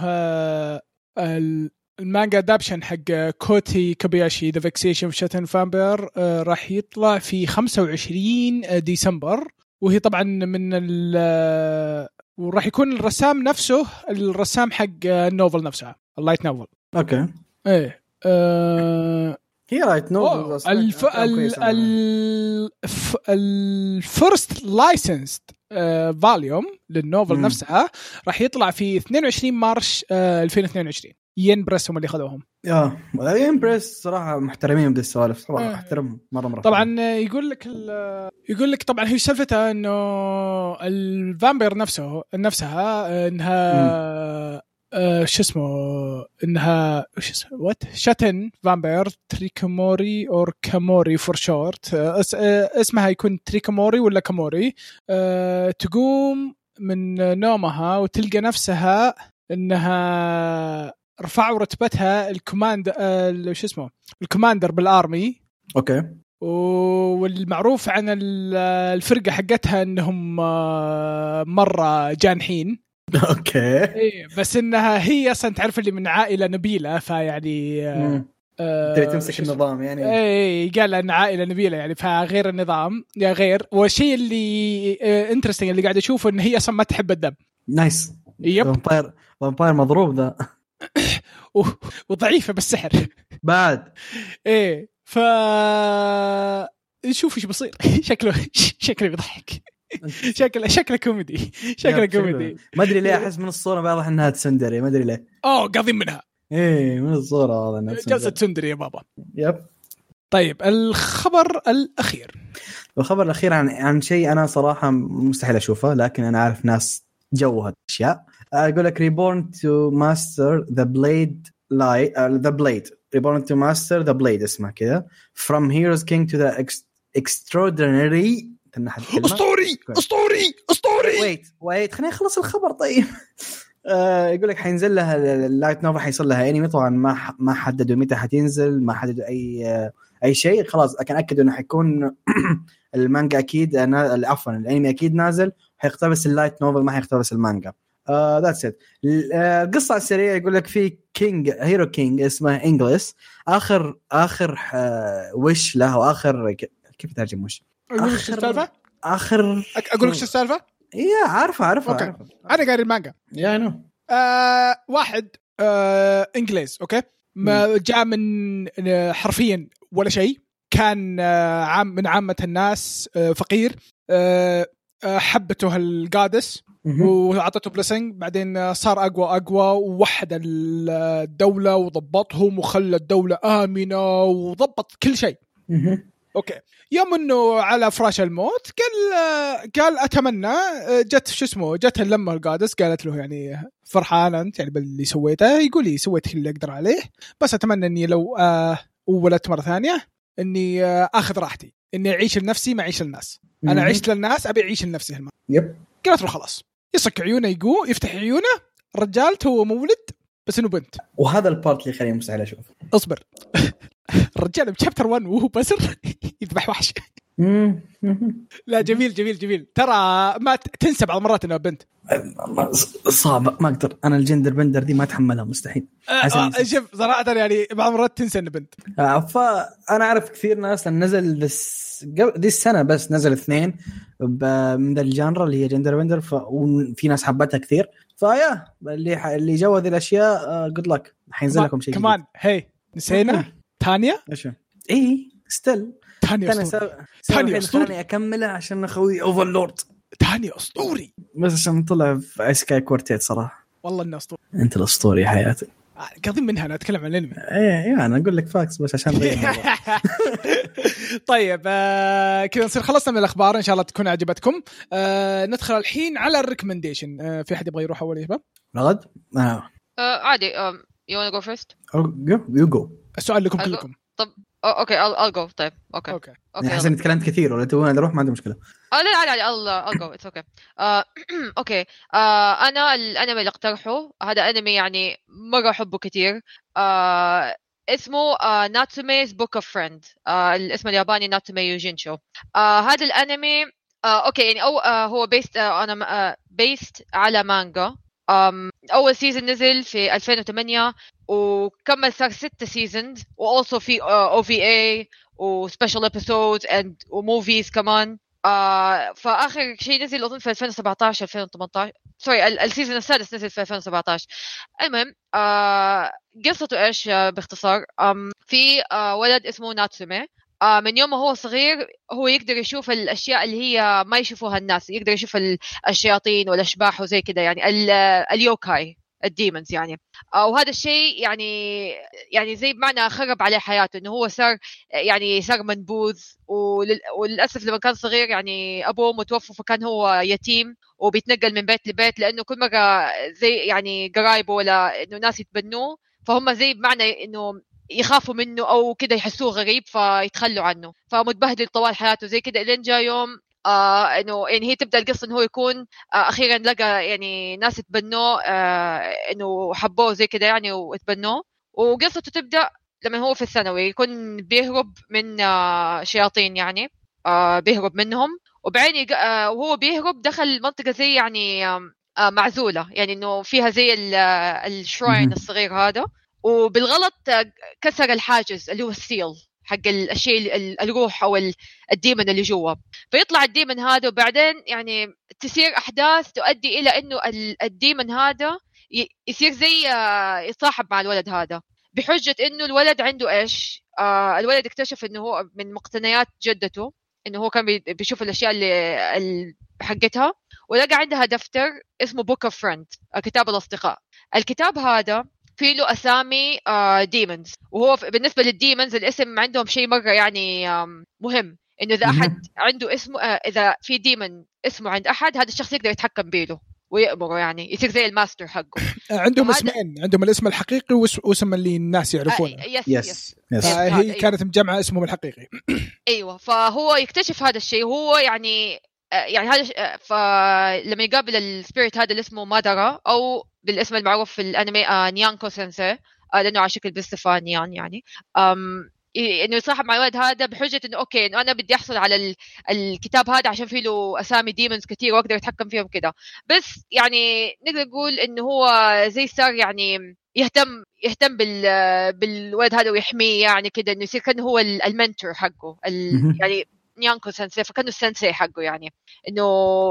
المانجا دابشن حق كوتي كوبياشي ذا فيكسيشن في شاتن فامبر راح يطلع في خمسة وعشرين ديسمبر وهي طبعا من ال وراح يكون الرسام نفسه الرسام حق النوفل نفسها اللايت نوفل. اوكي ايه أه هي رايت نوفل الف ال الفيرست لايسنسد فاليوم للنوفل نفسها راح يطلع في اثنين وعشرين مارس ألفين واثنين وعشرين. ين بريس هم اللي خذوهم. يا ين بريس صراحه محترمين بدي السوالف صراحه احترم مره مره. طبعا يقول لك يقول لك طبعا هي سالفتها انه الفامبير نفسه نفسها انها آه شو اسمه انها وش اسمه وات شاتن فامبير تريكاموري اور كاموري فور شورت. اسمها يكون تريكاموري ولا كاموري. آه تقوم من نومها وتلقى نفسها انها رفعوا رتبتها الكوماند آه شو اسمه الكوماندر بالارمي. اوكي. والمعروف عن الفرقه حقتها انهم آه مره جانحين. اوكي. ايه بس انها هي اصلا تعرف اللي من عائله نبيله فيعني آه تبي تمسك النظام يعني. ايه قال ان عائله نبيله يعني فغير النظام يا غير. والشيء اللي انترستينج اللي قاعد اشوفه ان هي اصلا ما تحب الدم. نايس. يب فامباير فامباير مضروب ذا وضعيفه بالسحر بعد. ايه ف نشوف ايش بصير. شكله شكله بيضحك. شكله شكله كوميدي شكله كوميدي ما ادري ليه احس من الصوره واضح انها تسندري ما ادري ليه. اوه قاضين منها. ايه من الصوره واضح انها جلسه تسندري يا بابا. يب. طيب الخبر الاخير الخبر الاخير عن عن شيء انا صراحه مستحيل اشوفه لكن انا عارف ناس جوها اشياء. اقول لك reborn to master the blade light uh, the blade reborn to master the blade اسمه كذا from heroes king to the ex- extraordinary اسطوري اسطوري اسطوري ويت ويت خليني اخلص الخبر طيب. آه يقول لك حينزل لها اللايت نوفل حيصل لها انمي طبعا ما ما حددوا متى حتنزل ما حددوا اي آه اي شيء خلاص لكن اكدوا انه حيكون المانجا اكيد عفوا الانمي اكيد نازل حيقتبس اللايت نوفل ما حيقتبس المانجا. آه ذاتس ات. القصه السريعه يقول لك في كينج هيرو كينج اسمه انجلس اخر اخر آه وش له واخر كيف ترجم وش اقول لك شو السالفه اخر اقول لك شو السالفه يا عارفه عارفه أوكي. انا قاري المانجا يا نو آه واحد آه انجليز اوكي ما جاء من حرفيا ولا شيء كان آه عام من عامه الناس آه فقير آه حبته القادس وعطته بلسنج بعدين صار أقوى أقوى ووحد الدولة وضبطهم وخلى الدولة آمنة وضبط كل شيء. أوكي يوم إنه على فراش الموت قال قال أتمنى جت شو اسمه جت اللمة القادس قالت له يعني فرحان أنت يعني باللي سويته يقول لي سويت كل اللي أقدر عليه بس أتمنى إني لو آه ولدت مرة ثانية إني آه أخذ راحتي إني أعيش لنفسي ما أعيش للناس. أنا عشت للناس أبي أعيش لنفسي هالمرة. يب. قالت له خلاص يصك عيونه يقو يفتح عيونه الرجال هو مولد بس إنه بنت. وهذا البارت اللي خليني مستحيل أشوف. أصبر الرجال بشابتر واحد وهو بسر يذبح وحش. لا جميل جميل جميل ترى ما تنسى بعض مرات إنه بنت. صعب ما أقدر أنا الجندر بندر دي ما أتحملها مستحيل. شوف صراحة يعني بعض مرات تنسى إنه بنت. فأنا أعرف كثير ناس نزل بس دي السنة بس نزل اثنين من الجانرا اللي هي جندر بندر ف... وفي ناس حبتها كثير فيا اللي ح... اللي جو هذه الأشياء جود لك حينزل لكم شيء كمان هي نسينا تانيا إيش إيه ستيل تانيا تانيا تانيا أكملها عشان أخوي أوفرلورد تانيا أسطوري بس عشان طلع في سكاي كورتيت صراحة والله إنه أسطوري أنت الأسطوري حياتي قاضين منها أنا أتكلم عن الأنمي. إيه إيه أنا أقول لك فاكس بس عشان طيب آه كذا نصير خلصنا من الأخبار إن شاء الله تكون عجبتكم. آه ندخل الحين على الريكومنديشن. آه في حد يبغى يروح أول يا شباب؟ رغد؟ آه. آه عادي. um, you wanna go first? you go. السؤال لكم كلكم. طب اوكي I'll, I'll go طيب اوكي اوكي اوكي حسن تكلمت كثير ولا تبغى اروح ما عندي مشكله. اه لا لا لا I'll I'll go it's okay. آه اوكي آه انا الانمي اللي اقترحه هذا انمي يعني مره احبه كثير. آه اسمه آه ناتسومي's Book of Friend. آه الاسم الياباني ناتسومي يوجينشو. آه هذا الانمي آه اوكي يعني او آه هو بيست آه انا آه بيست على مانجا. Um, أول سيزن نزل في ألفين وثمانية وكمل صار ستة سيزنز وألسو في أو في إيه وسبيشال إبيسودز and وموفيز كمان. uh, فآخر شيء نزل أظن في ألفين وسبعة عشر ألفين وثمانية عشر سوري السيزن السادس نزل في ألفين وسبعة عشر. المهم uh, قصته إيش uh, باختصار um, في uh, ولد اسمه ناتسومي. آه من يوم ما هو صغير هو يقدر يشوف الأشياء اللي هي ما يشوفوها الناس يقدر يشوف الشياطين والأشباح وزي كده يعني اليوكاي الديمونز يعني. آه وهذا الشيء يعني يعني زي بمعنى خرب عليه حياته إنه هو صار يعني صار منبوذ ولل... وللأسف لما كان صغير يعني أبوه متوفى فكان هو يتيم وبيتنقل من بيت لبيت لأنه كل مرة زي يعني قرايبه ولا إنه ناس يتبنوه فهم زي بمعنى إنه يخافوا منه أو كده يحسوه غريب فيتخلوا عنه فمتبهدل طوال حياته زي كده لين جاء يوم آه إنه يعني هي تبدأ القصة إنه هو يكون آه أخيرا لقى يعني ناس يتبنوه آه إنه حبوه زي كده يعني ويتبنوه. وقصته تبدأ لما هو في الثانوي يكون بيهرب من آه شياطين يعني آه بيهرب منهم وبعدين آه وهو بيهرب دخل منطقة زي يعني آه معزولة يعني إنه فيها زي الشراين الصغير هذا وبالغلط كسر الحاجز اللي هو السيل حق الشيء الروح أو الديمن اللي جوا فيطلع الديمن هذا وبعدين يعني تصير أحداث تؤدي إلى إنه الديمن هذا يصير زي يصاحب مع الولد هذا بحجة إنه الولد عنده إيش آه الولد اكتشف إنه هو من مقتنيات جدته إنه هو كان بيشوف الأشياء اللي حقتها ولقى عندها دفتر اسمه Book of Friend كتاب الأصدقاء. الكتاب هذا في له أسامي ديمونز وهو بالنسبة للديمونز الاسم عندهم شيء مرة يعني مهم إنه إذا أحد عنده اسمه إذا في ديمون اسمه عند أحد هذا الشخص يقدر يتحكم بيه ويأمره يعني يصير زي الماستر حقه. عندهم اسمين، عندهم الاسم الحقيقي واسم اللي الناس يعرفونه. آه يس يس, يس. يس. آه هي كانت مجمعة اسمهم الحقيقي. أيوة فهو يكتشف هذا الشيء هو يعني يعني هذا فلما يقابل السبيريت هذا اللي اسمه مادارا أو بالاسم المعروف في الأنمي آه نيانكو سensei آه لأنه على شكل باستفان نيان يعني أم انه يصاحب مع الولد هذا بحجه انه اوكي انه انا بدي احصل على الكتاب هذا عشان فيه له اسامي ديمونز كثير واقدر اتحكم فيهم كده. بس يعني نقدر نقول انه هو زي صار يعني يهتم يهتم بال بالولد هذا ويحميه يعني كده انه يصير كان هو المنتور حقه يعني نيانكو سensei فكانه السنسي حقه يعني انه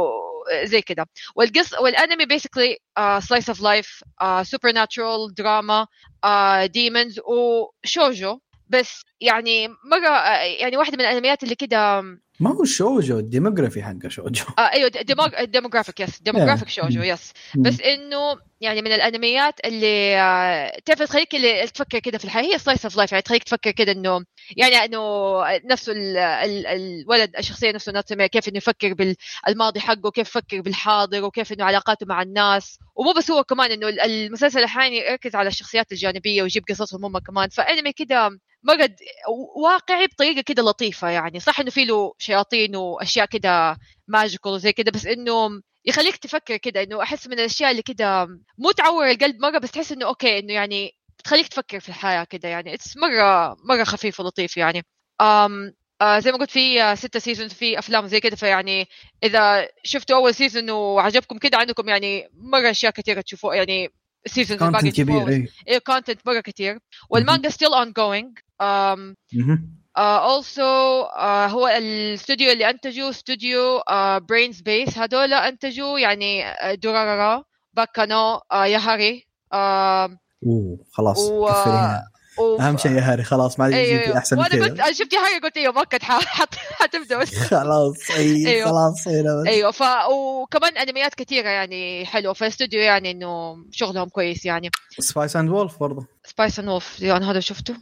زي كده. والقصه والانمي بيسكلي سلايس اوف لايف سوبر ناتشورال دراما ديمونز وشوجو بس يعني مرة يعني واحدة من الأنميات اللي كده ما هو شوجو الديموغرافي حقه شوجو آه أيوة ديموغرافيك يس ديموغرافيك شوجو يس بس إنه يعني من الأنميات اللي آه تعرف تخليك اللي تفكر كده في الحياة هي سلايس اوف لايف يعني تخليك تفكر كده إنه يعني إنه نفسه ال ال الولد الشخصية نفسه ناتسومي كيف إنه يفكر بالماضي حقه كيف يفكر بالحاضر وكيف إنه علاقاته مع الناس ومو بس هو كمان إنه المسلسل أحيانا يركز على الشخصيات الجانبية ويجيب قصصهم هم كمان فأنمي كده مرة واقعي بطريقة كده لطيفة يعني صح إنه فيه له شياطين وأشياء كده ماجيكال وزي كده بس إنه يخليك تفكر كده إنه أحس من الأشياء اللي كده مو تعور القلب مرة بس تحس إنه أوكي إنه يعني تخليك تفكر في الحياة كده يعني إتس مرة مرة خفيف ولطيف يعني أم آه زي ما قلت في ستة سيزون في أفلام زي كده فيعني إذا شفتوا أول سيزون وعجبكم كده عندكم يعني مرة أشياء كثيرة تشوفوا يعني سيزون كونتنت كبير ايه ايه كونتنت مرة كتير والمانجا ستيل ongoing um uh, also uh, هو الاستوديو اللي انتجوا استوديو برين سبيس هذول انتجوا يعني دورارارا باكانو uh, ياهاري اوه خلاص و... كفري هنا و... اهم شيء يا هاري خلاص ما أيوة جيتي احسن وانا كده قلت انا شفت يا هاري قلت ايوه ما كنت حتبدا بس خلاص اي أيوة. خلاص هنا بس ايوه ف وكمان انميات كثيره يعني حلوه فاستوديو يعني انه شغلهم كويس يعني سبايس اند وولف برضه سبايس اند وولف انا هذا شفته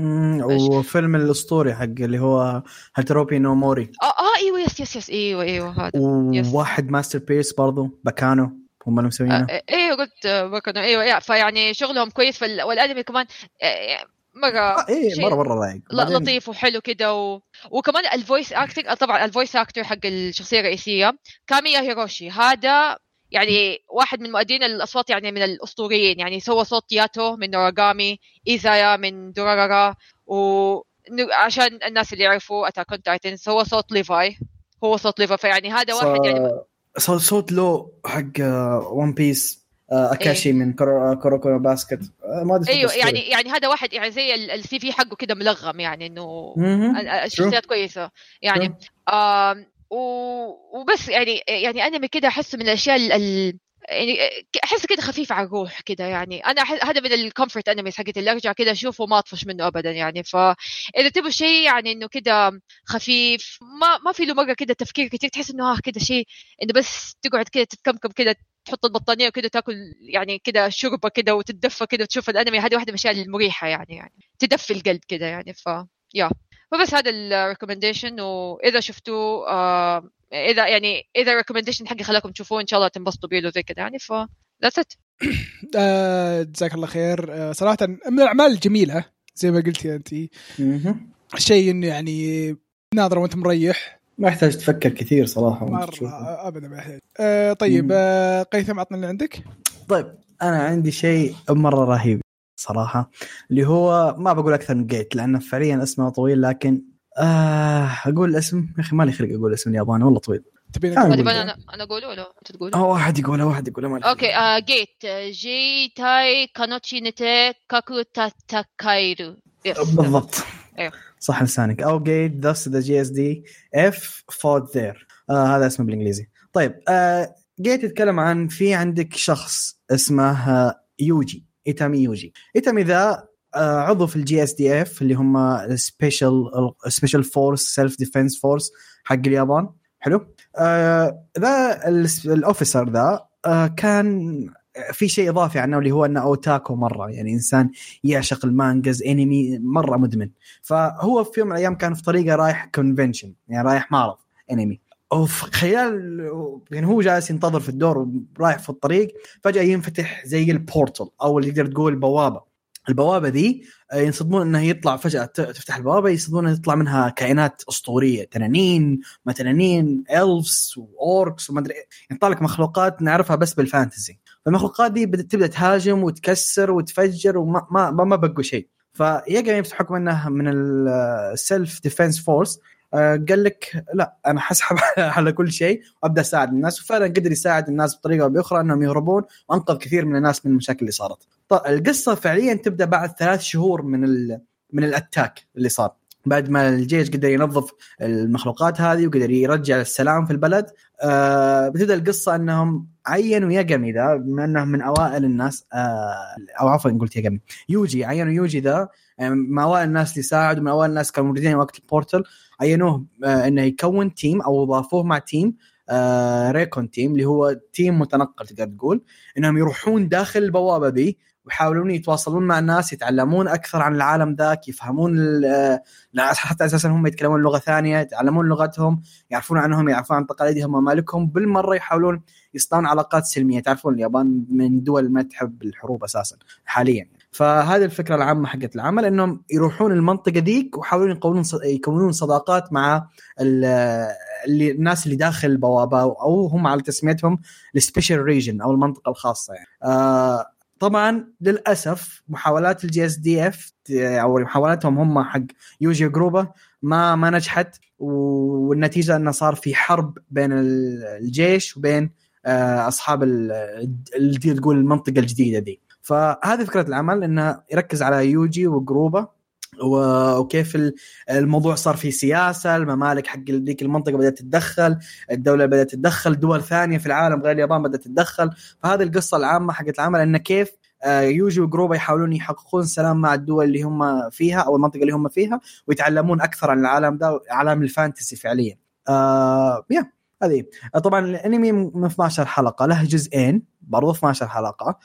وفيلم الاسطوري حق اللي هو هاتروبي نو موري اه اه ايوه يس يس يس ايوه ايوه هذا وواحد ماستر بيس برضه باكانو هم اللي مسوينه آه ايوه قلت باكانو ايوه فيعني شغلهم كويس فال... والانمي كمان آه مرة آه إيه مرة مرة رايق لطيف وحلو كده و... وكمان الفويس اكتنج طبعا الفويس اكتر حق الشخصية الرئيسية كاميا هيروشي هذا يعني واحد من مؤدين الأصوات يعني من الأسطوريين يعني سوى صوت ياتو من نوراغامي إيزايا من دورارارا وعشان الناس اللي يعرفوا أتاك أون تايتن سوى صوت ليفاي هو صوت ليفاي فيعني هذا واحد ف... يعني صوت صوت لو حق ون بيس اكاشي إيه؟ من كوروكو باسكت ما ادري ايوه يعني يعني هذا واحد يعني زي السي في حقه كده ملغم يعني انه الشخصيات كويسه يعني آم وبس يعني يعني انمي كده احس من الاشياء ال يعني احس كده خفيف على الروح كده يعني انا هذا من الكومفورت انميز حقتي اللي ارجع كده اشوفه ما اطفش منه ابدا يعني فاذا تبغوا شيء يعني انه كده خفيف ما ما في له مره كده تفكير كتير تحس انه ها كده شيء انه بس تقعد كده تتكمكم كده تحط البطانيه وكده تاكل يعني كده شوربه كده وتتدفى كده وتشوف الانمي هذه واحده من الاشياء المريحه يعني يعني تدفي القلب كده يعني ف يا فبس هذا الريكومنديشن واذا شفتوه آه اذا يعني اذا الريكومنديشن حقي خلاكم تشوفوه ان شاء الله تنبسطوا بيه زي كده يعني ف ذاتس ات جزاك الله خير. آه صراحه من الاعمال الجميله زي ما قلتي انت شيء انه يعني ناظر وانت مريح ما يحتاج تفكر كثير صراحه مرة ابدا ما يحتاج. آه طيب آه قيثم عطنا اللي عندك. طيب انا عندي شيء مره رهيب صراحه اللي هو ما بقول اكثر من جيت لانه فعليا اسمه طويل لكن آه اقول الاسم يا اخي مالي خلق اقول اسم الياباني والله طويل. تبين انا انا انا اقوله ولا انت تقوله؟ اه واحد يقوله واحد يقوله مالي. اوكي آه جيت جي تاي كانوتشي نيتي كاكو تاتاكايرو بالضبط ايوه صح لسانك او جيت thus the جي إس دي اف fought there آه هذا اسمه بالانجليزي. طيب آه جيت يتكلم عن في عندك شخص اسمه يوجي إيتامي يوجي. إيتامي ذا آه عضو في الجي اس دي اف اللي هم سبيشال سبيشال فورس سيلف ديفense فورس حق اليابان. حلو آه ذا الاوفيسر ذا آه كان في شيء اضافي عنه اللي هو انه اوتاكو مره يعني انسان يعشق المانجاز انمي مره مدمن. فهو في يوم من الايام كان في طريقه رايح كونفنشن يعني رايح معرض انمي اوف خيال يعني هو جالس ينتظر في الدور ورايح في الطريق فجأة ينفتح زي البورتال او اللي تقدر تقول بوابة. البوابة دي ينصدمون انه يطلع فجأة تفتح البوابة يصدمون انه يطلع منها كائنات اسطورية تنانين ما تنانين إلفز وأوركس وما ادري يطلع لك مخلوقات نعرفها بس بالفانتزي. فالمخلوقات دي بدأت تبدأ تهاجم وتكسر وتفجر وما ما ما بقوا شيء. فيجي بحكم انه من السيلف ديفense فورس قال لك لا انا حسحب على كل شيء وابدا اساعد الناس. وفعلا قدر يساعد الناس بطريقه او باخرى انهم يهربون وانقذ كثير من الناس من المشاكل اللي صارت. طيب القصه فعليا تبدا بعد ثلاث شهور من ال من الاتاك اللي صار بعد ما الجيش قدر ينظف المخلوقات هذه وقدر يرجع السلام في البلد. آه بتبدا القصه انهم عينوا ياغامي ذا بما انه من اوائل الناس آه او عفوا قلت ياغامي يوجي عينوا يوجي ذا يعني من اوائل الناس اللي ساعدوا من اوائل الناس كانوا موجودين وقت البورتال. عينوه آه انه يكون تيم او ضافوه مع تيم آه ريكون تيم اللي هو تيم متنقل تقدر تقول انهم يروحون داخل البوابه دي ويحاولون يتواصلون مع الناس يتعلمون أكثر عن العالم ذاك يفهمون حتى أساسا هم يتكلمون لغة ثانية يتعلمون لغتهم يعرفون عنهم يعرفون عن تقاليدهم ومالكهم بالمرة يحاولون يصنعون علاقات سلمية. تعرفون اليابان من دول ما تحب الحروب أساسا حاليا. فهذه الفكرة العامة حقت العمل إنهم يروحون المنطقة ديك ويحاولون يكونون يكونون صداقات مع اللي الناس اللي داخل البوابة أو هم على تسميتهم السبيشال ريجن أو المنطقة الخاصة يعني. آه طبعا للأسف محاولات الجي اس دي اف أو محاولاتهم هم حق يوجي جروبا ما ما نجحت والنتيجة أنه صار في حرب بين الجيش وبين أصحاب اللي تقول المنطقة الجديدة دي. فهذه فكرة العمل أنه يركز على يوجي وجروبا وكيف الموضوع صار في سياسة الممالك حق ذيك المنطقة بدأت تتدخل الدولة بدأت تتدخل دول ثانية في العالم غير اليابان بدأت تتدخل. فهذه القصة العامة حقت العمل أن كيف يوجي وجروبا يحاولون يحققون سلام مع الدول اللي هم فيها أو المنطقة اللي هم فيها ويتعلمون أكثر عن العالم ده عالم الفانتسي فعليا. آه يا هذه طبعا الانمي من اثنا عشر حلقه له جزئين برضو اثنا عشر حلقه.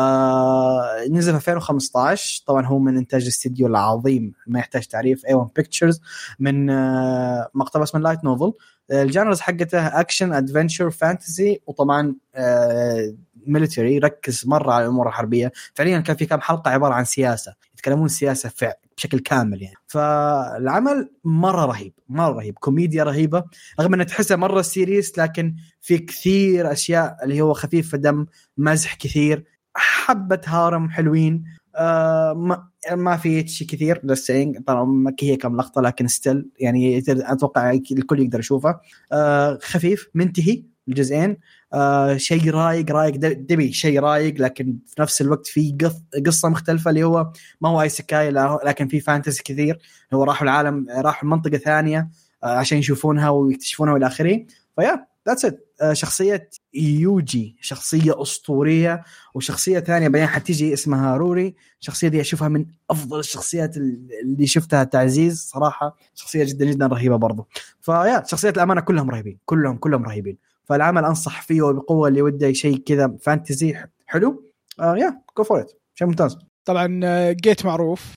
آه نزل في ألفين وخمسة عشر طبعا هو من انتاج الاستديو العظيم ما يحتاج تعريف إيه وان Pictures من آه مقتبس من لايت نوفل. الجانرز حقته اكشن ادفنتشر فانتسي وطبعا آه ميليتري ركز مره على الامور الحربيه. فعليا كان في كم حلقه عباره عن سياسه يتكلمون السياسه فعلا بشكل كامل يعني. فالعمل مرة رهيب مرة رهيب كوميديا رهيبة رغم أنه تحسه مرة سيريس لكن في كثير أشياء اللي هو خفيف في الدم مزح كثير حبة هارم حلوين. آه ما, ما في شيء كثير للسينج طبعا هي كم لقطة لكن ستيل يعني أتوقع الكل يقدر يشوفه. آه خفيف منتهي الجزئين. آه شيء رايق رايق دبي شيء رايق لكن في نفس الوقت في قصة مختلفة اللي هو ما هو ايسكاي لكن في فانتسي كثير. هو راحوا العالم راحوا المنطقة ثانية آه عشان يشوفونها ويكتشفونها والى آخره. فيا that's it. آه شخصية يوجي شخصية أسطورية وشخصية ثانية بيان حتيجي اسمها روري. الشخصية دي أشوفها من أفضل الشخصيات اللي شفتها تعزيز صراحة شخصية جدا جدا رهيبة برضو. فيا شخصيات الأمانة كلهم رهيبين كلهم كلهم رهيبين. فالعمل أنصح فيه وبقوة اللي وده شيء كذا فانتزي حلو. آه يا جو فور ات شيء ممتاز. طبعا جيت معروف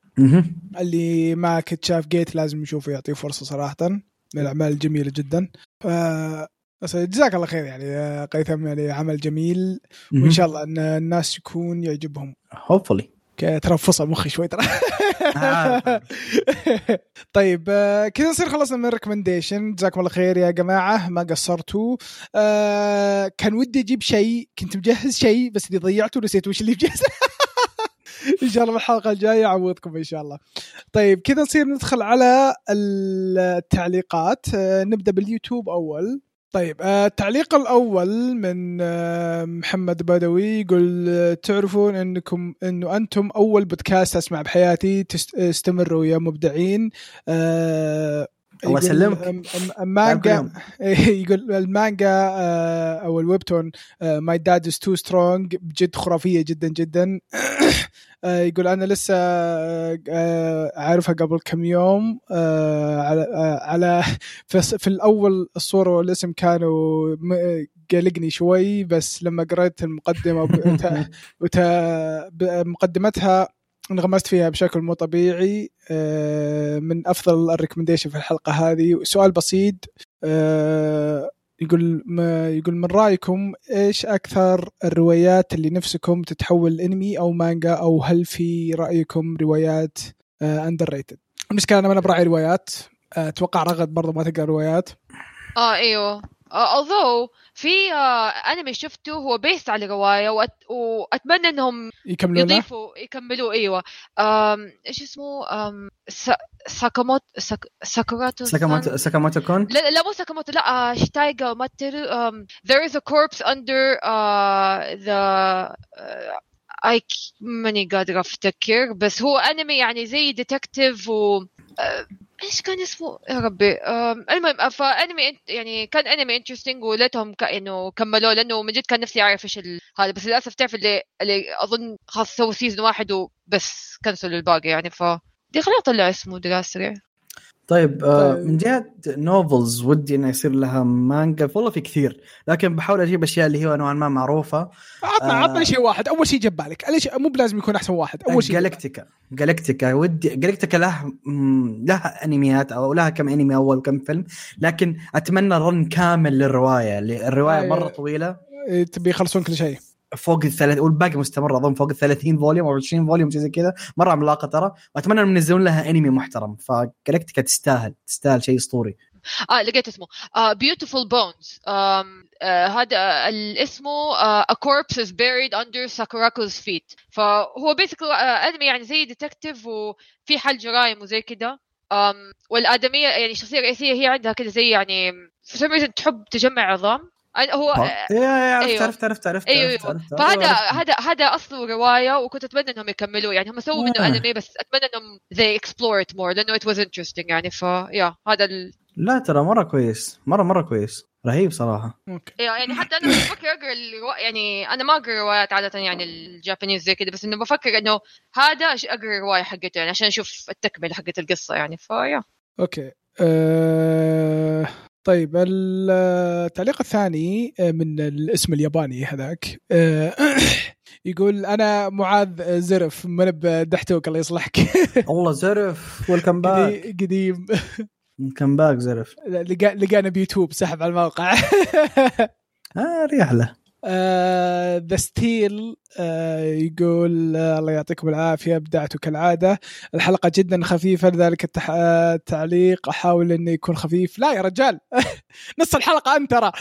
اللي ما كنت شاف جيت لازم يشوفه يعطيه فرصة صراحة من الأعمال الجميلة جدا. ف بس جزاك الله خير يعني قيثم يعني عمل جميل وإن شاء الله أن الناس يكون يعجبهم hopefully. ترى فصل مخي شوي ترى. طيب كذا نصير خلصنا من الريكومنديشن. جزاكم الله خير يا جماعة ما قصرتوا. آه كان ودي أجيب شيء كنت مجهز شيء بس اللي ضيعته نسيت وش اللي مجهز. إن شاء الله بالحلقة الجاية أعوضكم إن شاء الله. طيب كذا نصير ندخل على التعليقات. آه نبدأ باليوتيوب أول. طيب التعليق الأول من محمد بدوي يقول تعرفون أنكم أنه أنتم أول بودكاست أسمع بحياتي استمروا يا مبدعين. الله يسلمك. المانجا يقول المانجا أو الويبتون My Dad is Too Strong بجد خرافية جدا جدا. يقول أنا لسه أعرفها قبل كم يوم على على في الأول الصورة والاسم كانوا قلقني شوي بس لما قرأت المقدمة ومقدمتها انغمست فيها بشكل مو طبيعي. من أفضل الريكومنديشن في الحلقة هذه. سؤال بسيط يقول ما يقول من رأيكم إيش أكثر الروايات اللي نفسكم تتحول أنمي أو مانجا، أو هل في رأيكم روايات أندر ريتد؟ المشكلة أنا ما براعي روايات، أتوقع رغد برضو ما تقرأ روايات. آه أيوه uh, although في uh, أنمي شفته هو بيست على رواية وأت... وأتمنى إنهم يكملوا يضيفوا يكملوا أيوة um, إيش اسمه um, س... ساكاموتو ساك... ساكوراتو ساكاموتو ساكاموتو كون لا لا مو ساكاموتو لا شتايغا ماتيرو um, there is a corpse under uh, the uh, I ماني قادرة أفتكر، بس هو أنمي يعني زي ديتكتيف و إيش كان اسمه يا ربي المهم فأنمي يعني كان أنمي انترستينج ولتهم إنه كملوا لأنه من جد كان نفسي أعرف إيش هذا، بس للأسف تعرف اللي اللي أظن خاص سووا سيزون واحد وبس كنسلوا الباقي يعني، فدي خلينا نطلع اسمه دراسة. طيب آه من جهة نوفلز ودي إنه يصير لها مانجا، والله في كثير لكن بحاول أجيب أشياء اللي هي نوعا ما معروفة. عطنا آه عطنا شيء واحد أول شيء جبالك، ليش مو بلازم يكون أحسن واحد؟ أول شيء جالكتيكا جالكتيكا ودي جالكتيكا له لها أنميات أو لها كم أنمي أول كم فيلم، لكن أتمنى رن كامل للرواية. الرواية مرة طويلة تبي يخلصون كل شيء فوق الثلاث والباقي مستمر أظن فوق الثلاثين فوليوم أو عشرين فوليوم زي كذا، مرة عملاقة ترى، وأتمنى أن ينزلون لها أنمي محترم. فجالكتيكا تستاهل تستاهل شيء أسطوري. آه لقيت اسمه uh, Beautiful Bones. um, uh, هذا الاسمه uh, A Corpse is Buried Under Sakurako's Feet. فهو basically uh, أنمي يعني زي ديتكتيف وفي حل جرائم وزي كده. um, والآدمية يعني الشخصية الرئيسية هي عندها كده زي يعني في some reason تحب تجمع عظام. هو ايه عرفت عرفت عرفت عرفت ايوه فهذا هذا هذا اصله روايه وكنت اتمنى انهم يكملوا يعني، هم سووا منه انمي بس اتمنى انهم they explore it more لانه it was interesting يعني. فيا هذا ال... لا ترى مره كويس مره مره كويس رهيب صراحه. اوكي يعني حتى انا بفكر اقرا الرو... يعني انا ما اقرا روايات عاده يعني الجابانيز زي كده، بس انه بفكر انه هذا اقرا الروايه حقته يعني عشان اشوف التكمله حقت القصه يعني. فيا اوكي أه... طيب التعليق الثاني من الاسم الياباني هذاك يقول أنا معاذ زرف من بدحتوك الله يصلحك. والله زرف ويلكم باك قديم ويلكم باك زرف لقى لقانا بيوتيوب سحب على الموقع. آه ريحله ذا ستيل يقول uh, الله يعطيكم العافية أبدعتوا كالعادة، الحلقة جدا خفيفة لذلك التح... التعليق أحاول أنه يكون خفيف. لا يا رجال نص الحلقة أنت ترى.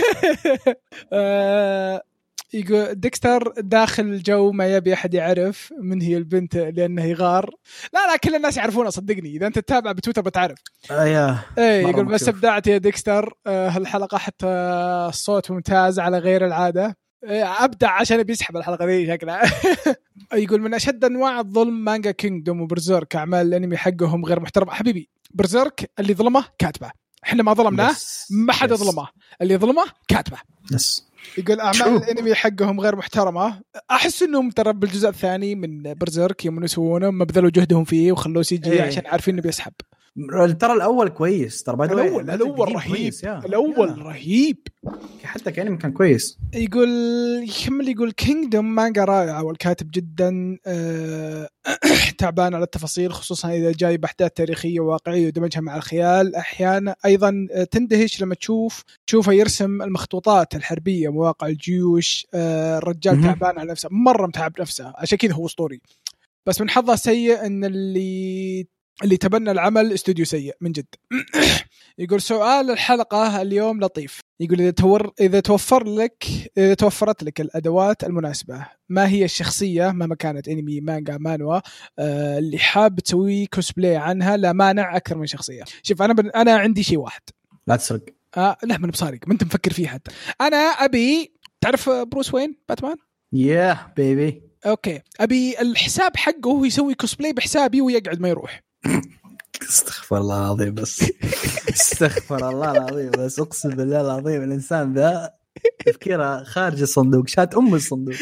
uh, يقول ديكستر داخل الجو ما يبي أحد يعرف من هي البنت لأنه يغار. لا لا كل الناس يعرفونه صدقني، إذا أنت تتابع بتويتر بتعرف. آه ايه يقول بس ابدعت يا ديكستر آه هالحلقة حتى الصوت ممتاز على غير العادة. أبدع عشان بيسحب الحلقة دي شكلها. يقول من أشد أنواع الظلم مانجا كينغدوم وبرزيرك، أعمال الأنمي حقهم غير محترم. حبيبي برزيرك اللي ظلمه كاتبه، إحنا ما ظلمناه ما حدا ظلمه، اللي ظلمه كاتبه. يس. يقول أعمال الأنمي حقهم غير محترمة. أحس إنهم ترى بالجزء الثاني من برزيرك يوم يسوونه ما بذلوا جهدهم فيه وخلوه سي جي عشان عارفين إنه بيسحب. ترى الأول كويس ترى، الأول الأول رهيب الأول يا. رهيب حتى كان كان كويس. يقول يكمل يقول كينغدوم مانجا رائعة والكاتب جدا أه تعبان على التفاصيل، خصوصا إذا جاي بأحداث تاريخية واقعية ودمجها مع الخيال. أحيانا أيضا تندهش لما تشوف تشوفه يرسم المخطوطات الحربية مواقع الجيوش. أه الرجال تعبان على نفسه مرة متعب نفسه عشان كذا هو أسطوري، بس من حظه سيء أن اللي اللي تبنى العمل استوديو سيء من جد. يقول سؤال الحلقة اليوم لطيف، يقول إذا تور إذا توفر لك إذا توفرت لك الأدوات المناسبة ما هي الشخصية مهما كانت أنمي مانجا مانوا آه اللي حاب تسوي كوسبلاي عنها لا مانع أكثر من شخصية؟ شوف أنا ب... أنا عندي شيء واحد. لا تسرق. آه لا من بصارق ما أنت مفكر فيه حتى. أنا أبي تعرف بروس وين باتمان؟ ياه yeah, بيبي. أوكي أبي الحساب حقه هو يسوي كوسبلاي بحسابي ويقعد ما يروح. استغفر الله العظيم بس استغفر الله العظيم بس اقسم بالله العظيم الانسان ذا تفكيره خارج الصندوق، شات ام الصندوق.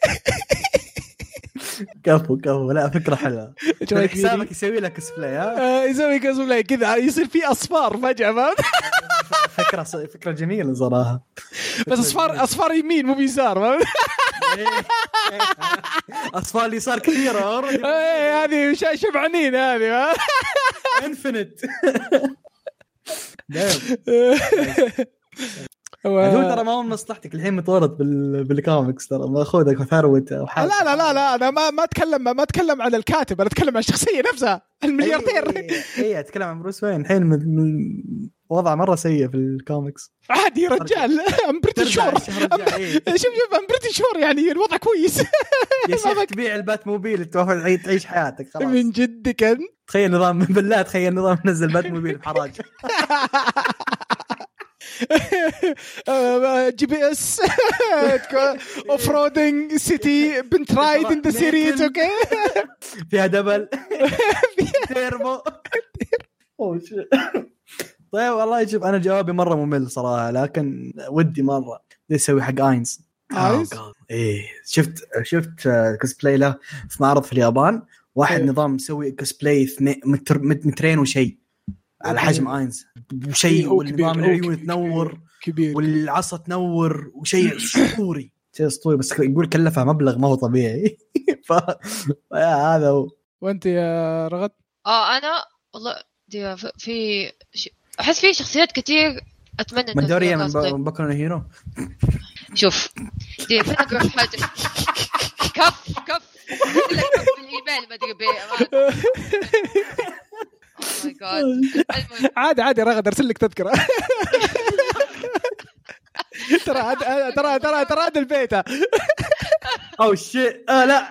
كفو كفو لا فكره حلوه. حسابك يسوي لك كوسبلاي ها يسوي كوسبلاي كذا يصير فيه اصفار فجاه ما فكره فكره جميله صراحه، بس اصفار اصفار يمين مو بيسار. اصفار اليسار كثيره هذه شبعانين هذه انفنت. هو ترى ما هو مصلحتك الحين متورط بال... بالكوميكس ترى ماخذك ثروه او حاجه. لا لا لا لا انا ما ما اتكلم ما اتكلم عن الكاتب، انا اتكلم عن الشخصيه نفسها الملياردير. اي اتكلم عن بروس وين الحين من... وضع مره سيء في الكوميكس. عادي يا رجال ام بريتي شور. شوف شوف ام بريتي شور يعني الوضع كويس. يا شيخ تبيع البات موبيل توفى تعيش حياتك خلاص من جد كان. تخيل نظام بالله تخيل نظام نزل بات موبيل بحراج. جي بي اس اوف رودينج سيتي بنت رايد ان ذا سيريز اوكي فيها دبل تيربو. طيب والله يجب انا جوابي مره ممل صراحه لكن ودي مره يسوي حق اينز. اينز ايه شفت شفت كوسبلاي له في معرض في اليابان واحد إيه. نظام مسوي كوسبلاي متر مترين وشيء على حجم اينز وشيء والنظام العيون تنور كبير والعصا تنور وشيء اسطوري شيء اسطوري بس يقول كلفها مبلغ ما هو طبيعي. ف هذا هو. وانت يا رغد؟ اه انا والله دي في احس في شخصيات كتير اتمنى من دوريا من بكره هيرو. شوف دي فكره حاجه كف كف كف بالايميل ما ادري بيه. Oh my God. عادي عادي رغد ارسل لك تذكرة. ترى ترى ترى ترى هذا البيت. أو شيء آه لا.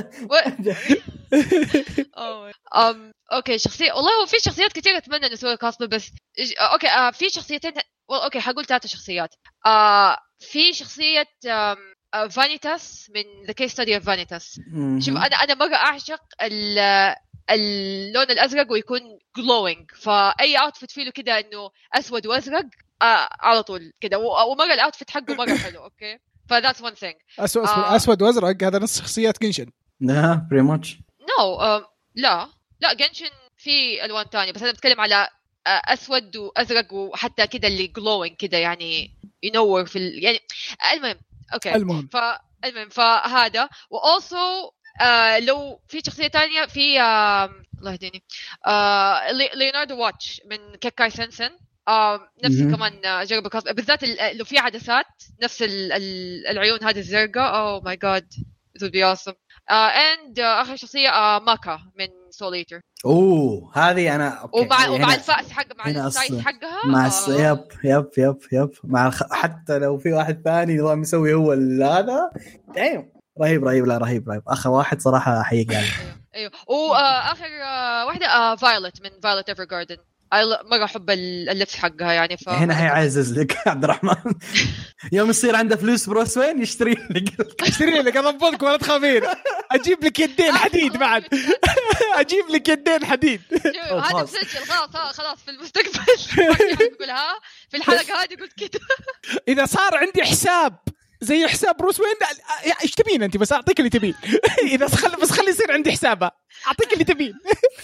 أم أوكي شخصية والله هو في شخصيات كتير أتمنى نسوي كاسبل بس أوكي آه في شخصيتين أوكي حقول ثلاثة شخصيات. آه في شخصية آه فانيتاس من The Case Study of Vanitas. شوف أنا أنا مرة أعشق ال اللون الأزرق ويكون glowing فأي أوتفيت فيه له كده إنه أسود وأزرق آه على طول كده ومرة الأوتفيت حقه مرة حلو أوكي ف that's one thing. أسود آه أسود وأزرق هذا نص شخصيات جنشن. لا pretty much. no uh, لا لا جنشن في ألوان تانية بس أنا بتكلم على أسود وأزرق وحتى كده اللي glowing كده يعني ينور في ال... يعني المهم أوكي المهم فالمهم فهذا وألسو آه لو في شخصية تانية في آه الله يهديني آه ليوناردو واتش من كيكاي سنسن آه نفس كمان آه جرب بالذات لو في عدسات نفس ال ال العيون هذه الزرقاء oh my god it would be awesome آه and آه آخر شخصية آه ماكا من سول ايتر. اوه هذه انا اوكي ومع ومع الفأس حق مع السايز حقها مع آه يب يب يب يب مع الخ... حتى لو في واحد ثاني نظام يسوي هو هذا دايم رهيب رهيب لا رهيب رهيب اخر واحد صراحه احييك يعني. ايوه واخر واحده فايلت من فايلت ايفر جاردن مره احب اللبس حقها يعني ف هنا هيعزز لك عبد الرحمن يوم يصير عنده فلوس بروس وين يشتري لك اشتري لك اضبطك ولا تخافين اجيب لك يدين حديد بعد اجيب لك يدين حديد. هذا مسجل خلاص خلاص في المستقبل يقولها في الحلقه هذه قلت كده اذا صار عندي حساب زي حساب بروس وين ايش تبين انت بس اعطيك اللي تبين. اذا خل بس خلي يصير عندي حسابه اعطيك اللي تبين.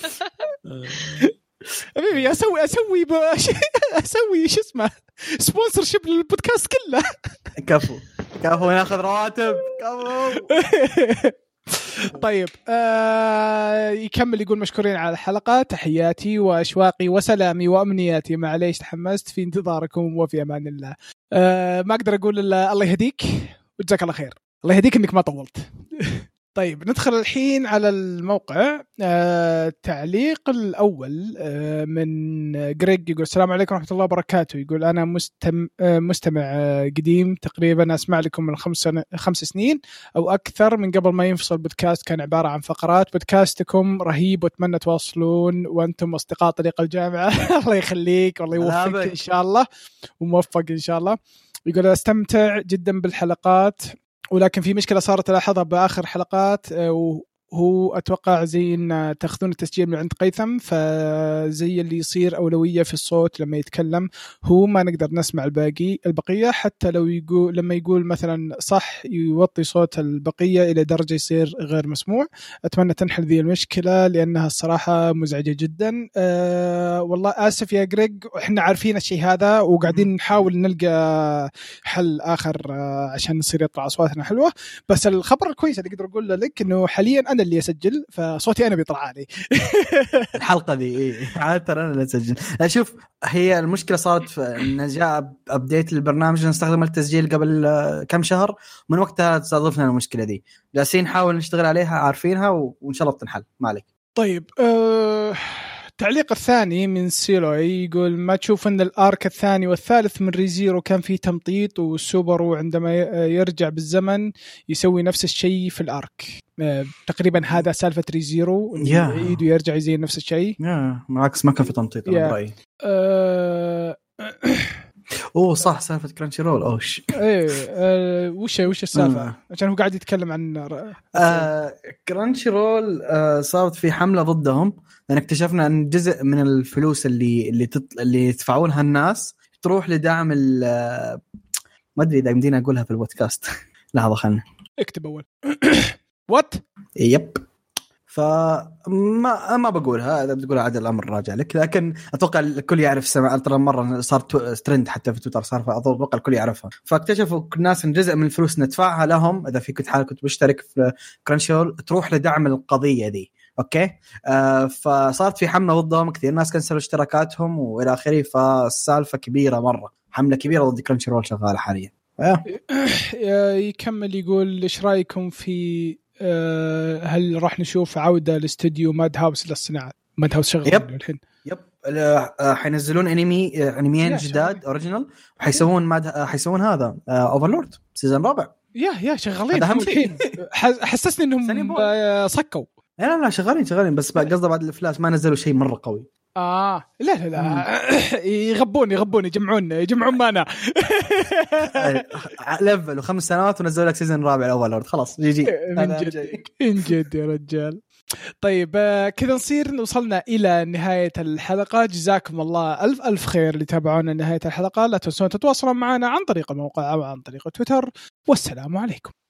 حبيبي اسوي اسوي اسوي شو اسمه سبونسر شيب للبودكاست كله. كفو كفو ناخذ رواتب كفو. طيب آه يكمل يقول مشكورين على الحلقة تحياتي وأشواقي وسلامي وأمنياتي معليش تحمست في انتظاركم وفي أمان الله. آه ما أقدر أقول إلا الله يهديك وجزاك الله خير. الله يهديك إنك ما طولت. طيب ندخل الحين على الموقع. آه التعليق الأول آه من جريج يقول السلام عليكم ورحمة الله وبركاته. يقول أنا مستم آه مستمع آه قديم تقريبا أسمع لكم من خمس, سنة خمس سنين أو أكثر من قبل ما ينفصل البودكاست كان عبارة عن فقرات. بودكاستكم رهيب وأتمنى تواصلون وأنتم أصدقاء طريق الجامعة. الله يخليك والله يوفقك إن شاء الله وموفق إن شاء الله. يقول أستمتع جدا بالحلقات ولكن في مشكلة صارت ألاحظها بآخر حلقات وهو أتوقع زي إن تأخذون التسجيل من عند قيثم فزي اللي يصير أولوية في الصوت لما يتكلم هو ما نقدر نسمع الباقي البقية حتى لو يقول لما يقول مثلا صح يوطي صوت البقية إلى درجة يصير غير مسموع. أتمنى تنحل ذي المشكلة لأنها الصراحة مزعجة جدا. أه والله آسف يا جريج وإحنا عارفين الشيء هذا وقاعدين نحاول نلقى حل آخر عشان نصير يطلع أصواتنا حلوة. بس الخبر الكويس اللي أقدر أقول لك إنه حاليا أنا اللي أسجل فصوتي أنا بيطلع علي. الحلقة دي إيه عادة أنا اللي أسجل. أشوف هي المشكلة صارت في إن جاء أبديت البرنامج نستخدم التسجيل قبل كم شهر من وقتها تصادفنا المشكلة دي جالسين نحاول نشتغل عليها عارفينها وإن شاء الله بتنحل. ما عليك. طيب أه... التعليق الثاني من سيلوي يقول ما تشوف أن الآرك الثاني والثالث من ريزيرو كان فيه تمطيط والسوبرو عندما يرجع بالزمن يسوي نفس الشيء في الآرك أه... تقريبا هذا سالفة ريزيرو يعيد ويرجع يزين نفس الشيء. معكس ما كان في تمطيط أنا برأيي. أه... اوه صح سالفه كرانشي رول. اوش ايه أه وش وش السالفه عشان هو قاعد يتكلم عن آه كرانشي رول آه صارت في حمله ضدهم لان اكتشفنا ان جزء من الفلوس اللي اللي تطل... اللي يدفعونها الناس تروح لدعم ال ما ادري اذا يمدينا اقولها في البودكاست. لحظه خلنا اكتب اول وات يب فما ما بقولها إذا بتقولها عاد الأمر راجع لك لكن أتوقع الكل يعرف سمع ترى مرة صار ترند حتى في تويتر صار فأتوقع الكل يعرفها. فاكتشفوا الناس إن جزء من الفلوس ندفعها لهم إذا في كنت حال كنت بشترك في كرانشيرول تروح لدعم القضية دي. أوكي آه فصارت في حملة ضدهم كثير ناس كنسلوا اشتراكاتهم وإلى آخره. فالسالفة كبيرة مرة حملة كبيرة ضد كرانشيرول شغالة حاليا. يكمل يقول إيش رأيكم في هل راح نشوف عودة لاستوديو ماد هاوس للصناعة؟ ماد هاوس شغال الحين. يب حينزلون انمي انميين جداد اوريجينال وحيسوون ماد حيسوون هذا اوفرلورد سيزون رابع. يا يا شغالين الحين. حسسني انهم صكوا. لا لا شغالين شغالين بس قصده بعد الافلاس ما نزلوا شيء مرة قوي. آه لا لا لا يغبون يغبون يجمعون يجمعون معنا ليفل وخمس سنوات ونزلوا لك سيزن رابع الأول خلاص جي جي من جد من جد يا رجال. طيب كذا نصير وصلنا إلى نهاية الحلقة. جزاكم الله ألف ألف خير اللي تابعونا نهاية الحلقة. لا تنسون تتواصلون معنا عن طريق الموقع أو عن طريق تويتر والسلام عليكم.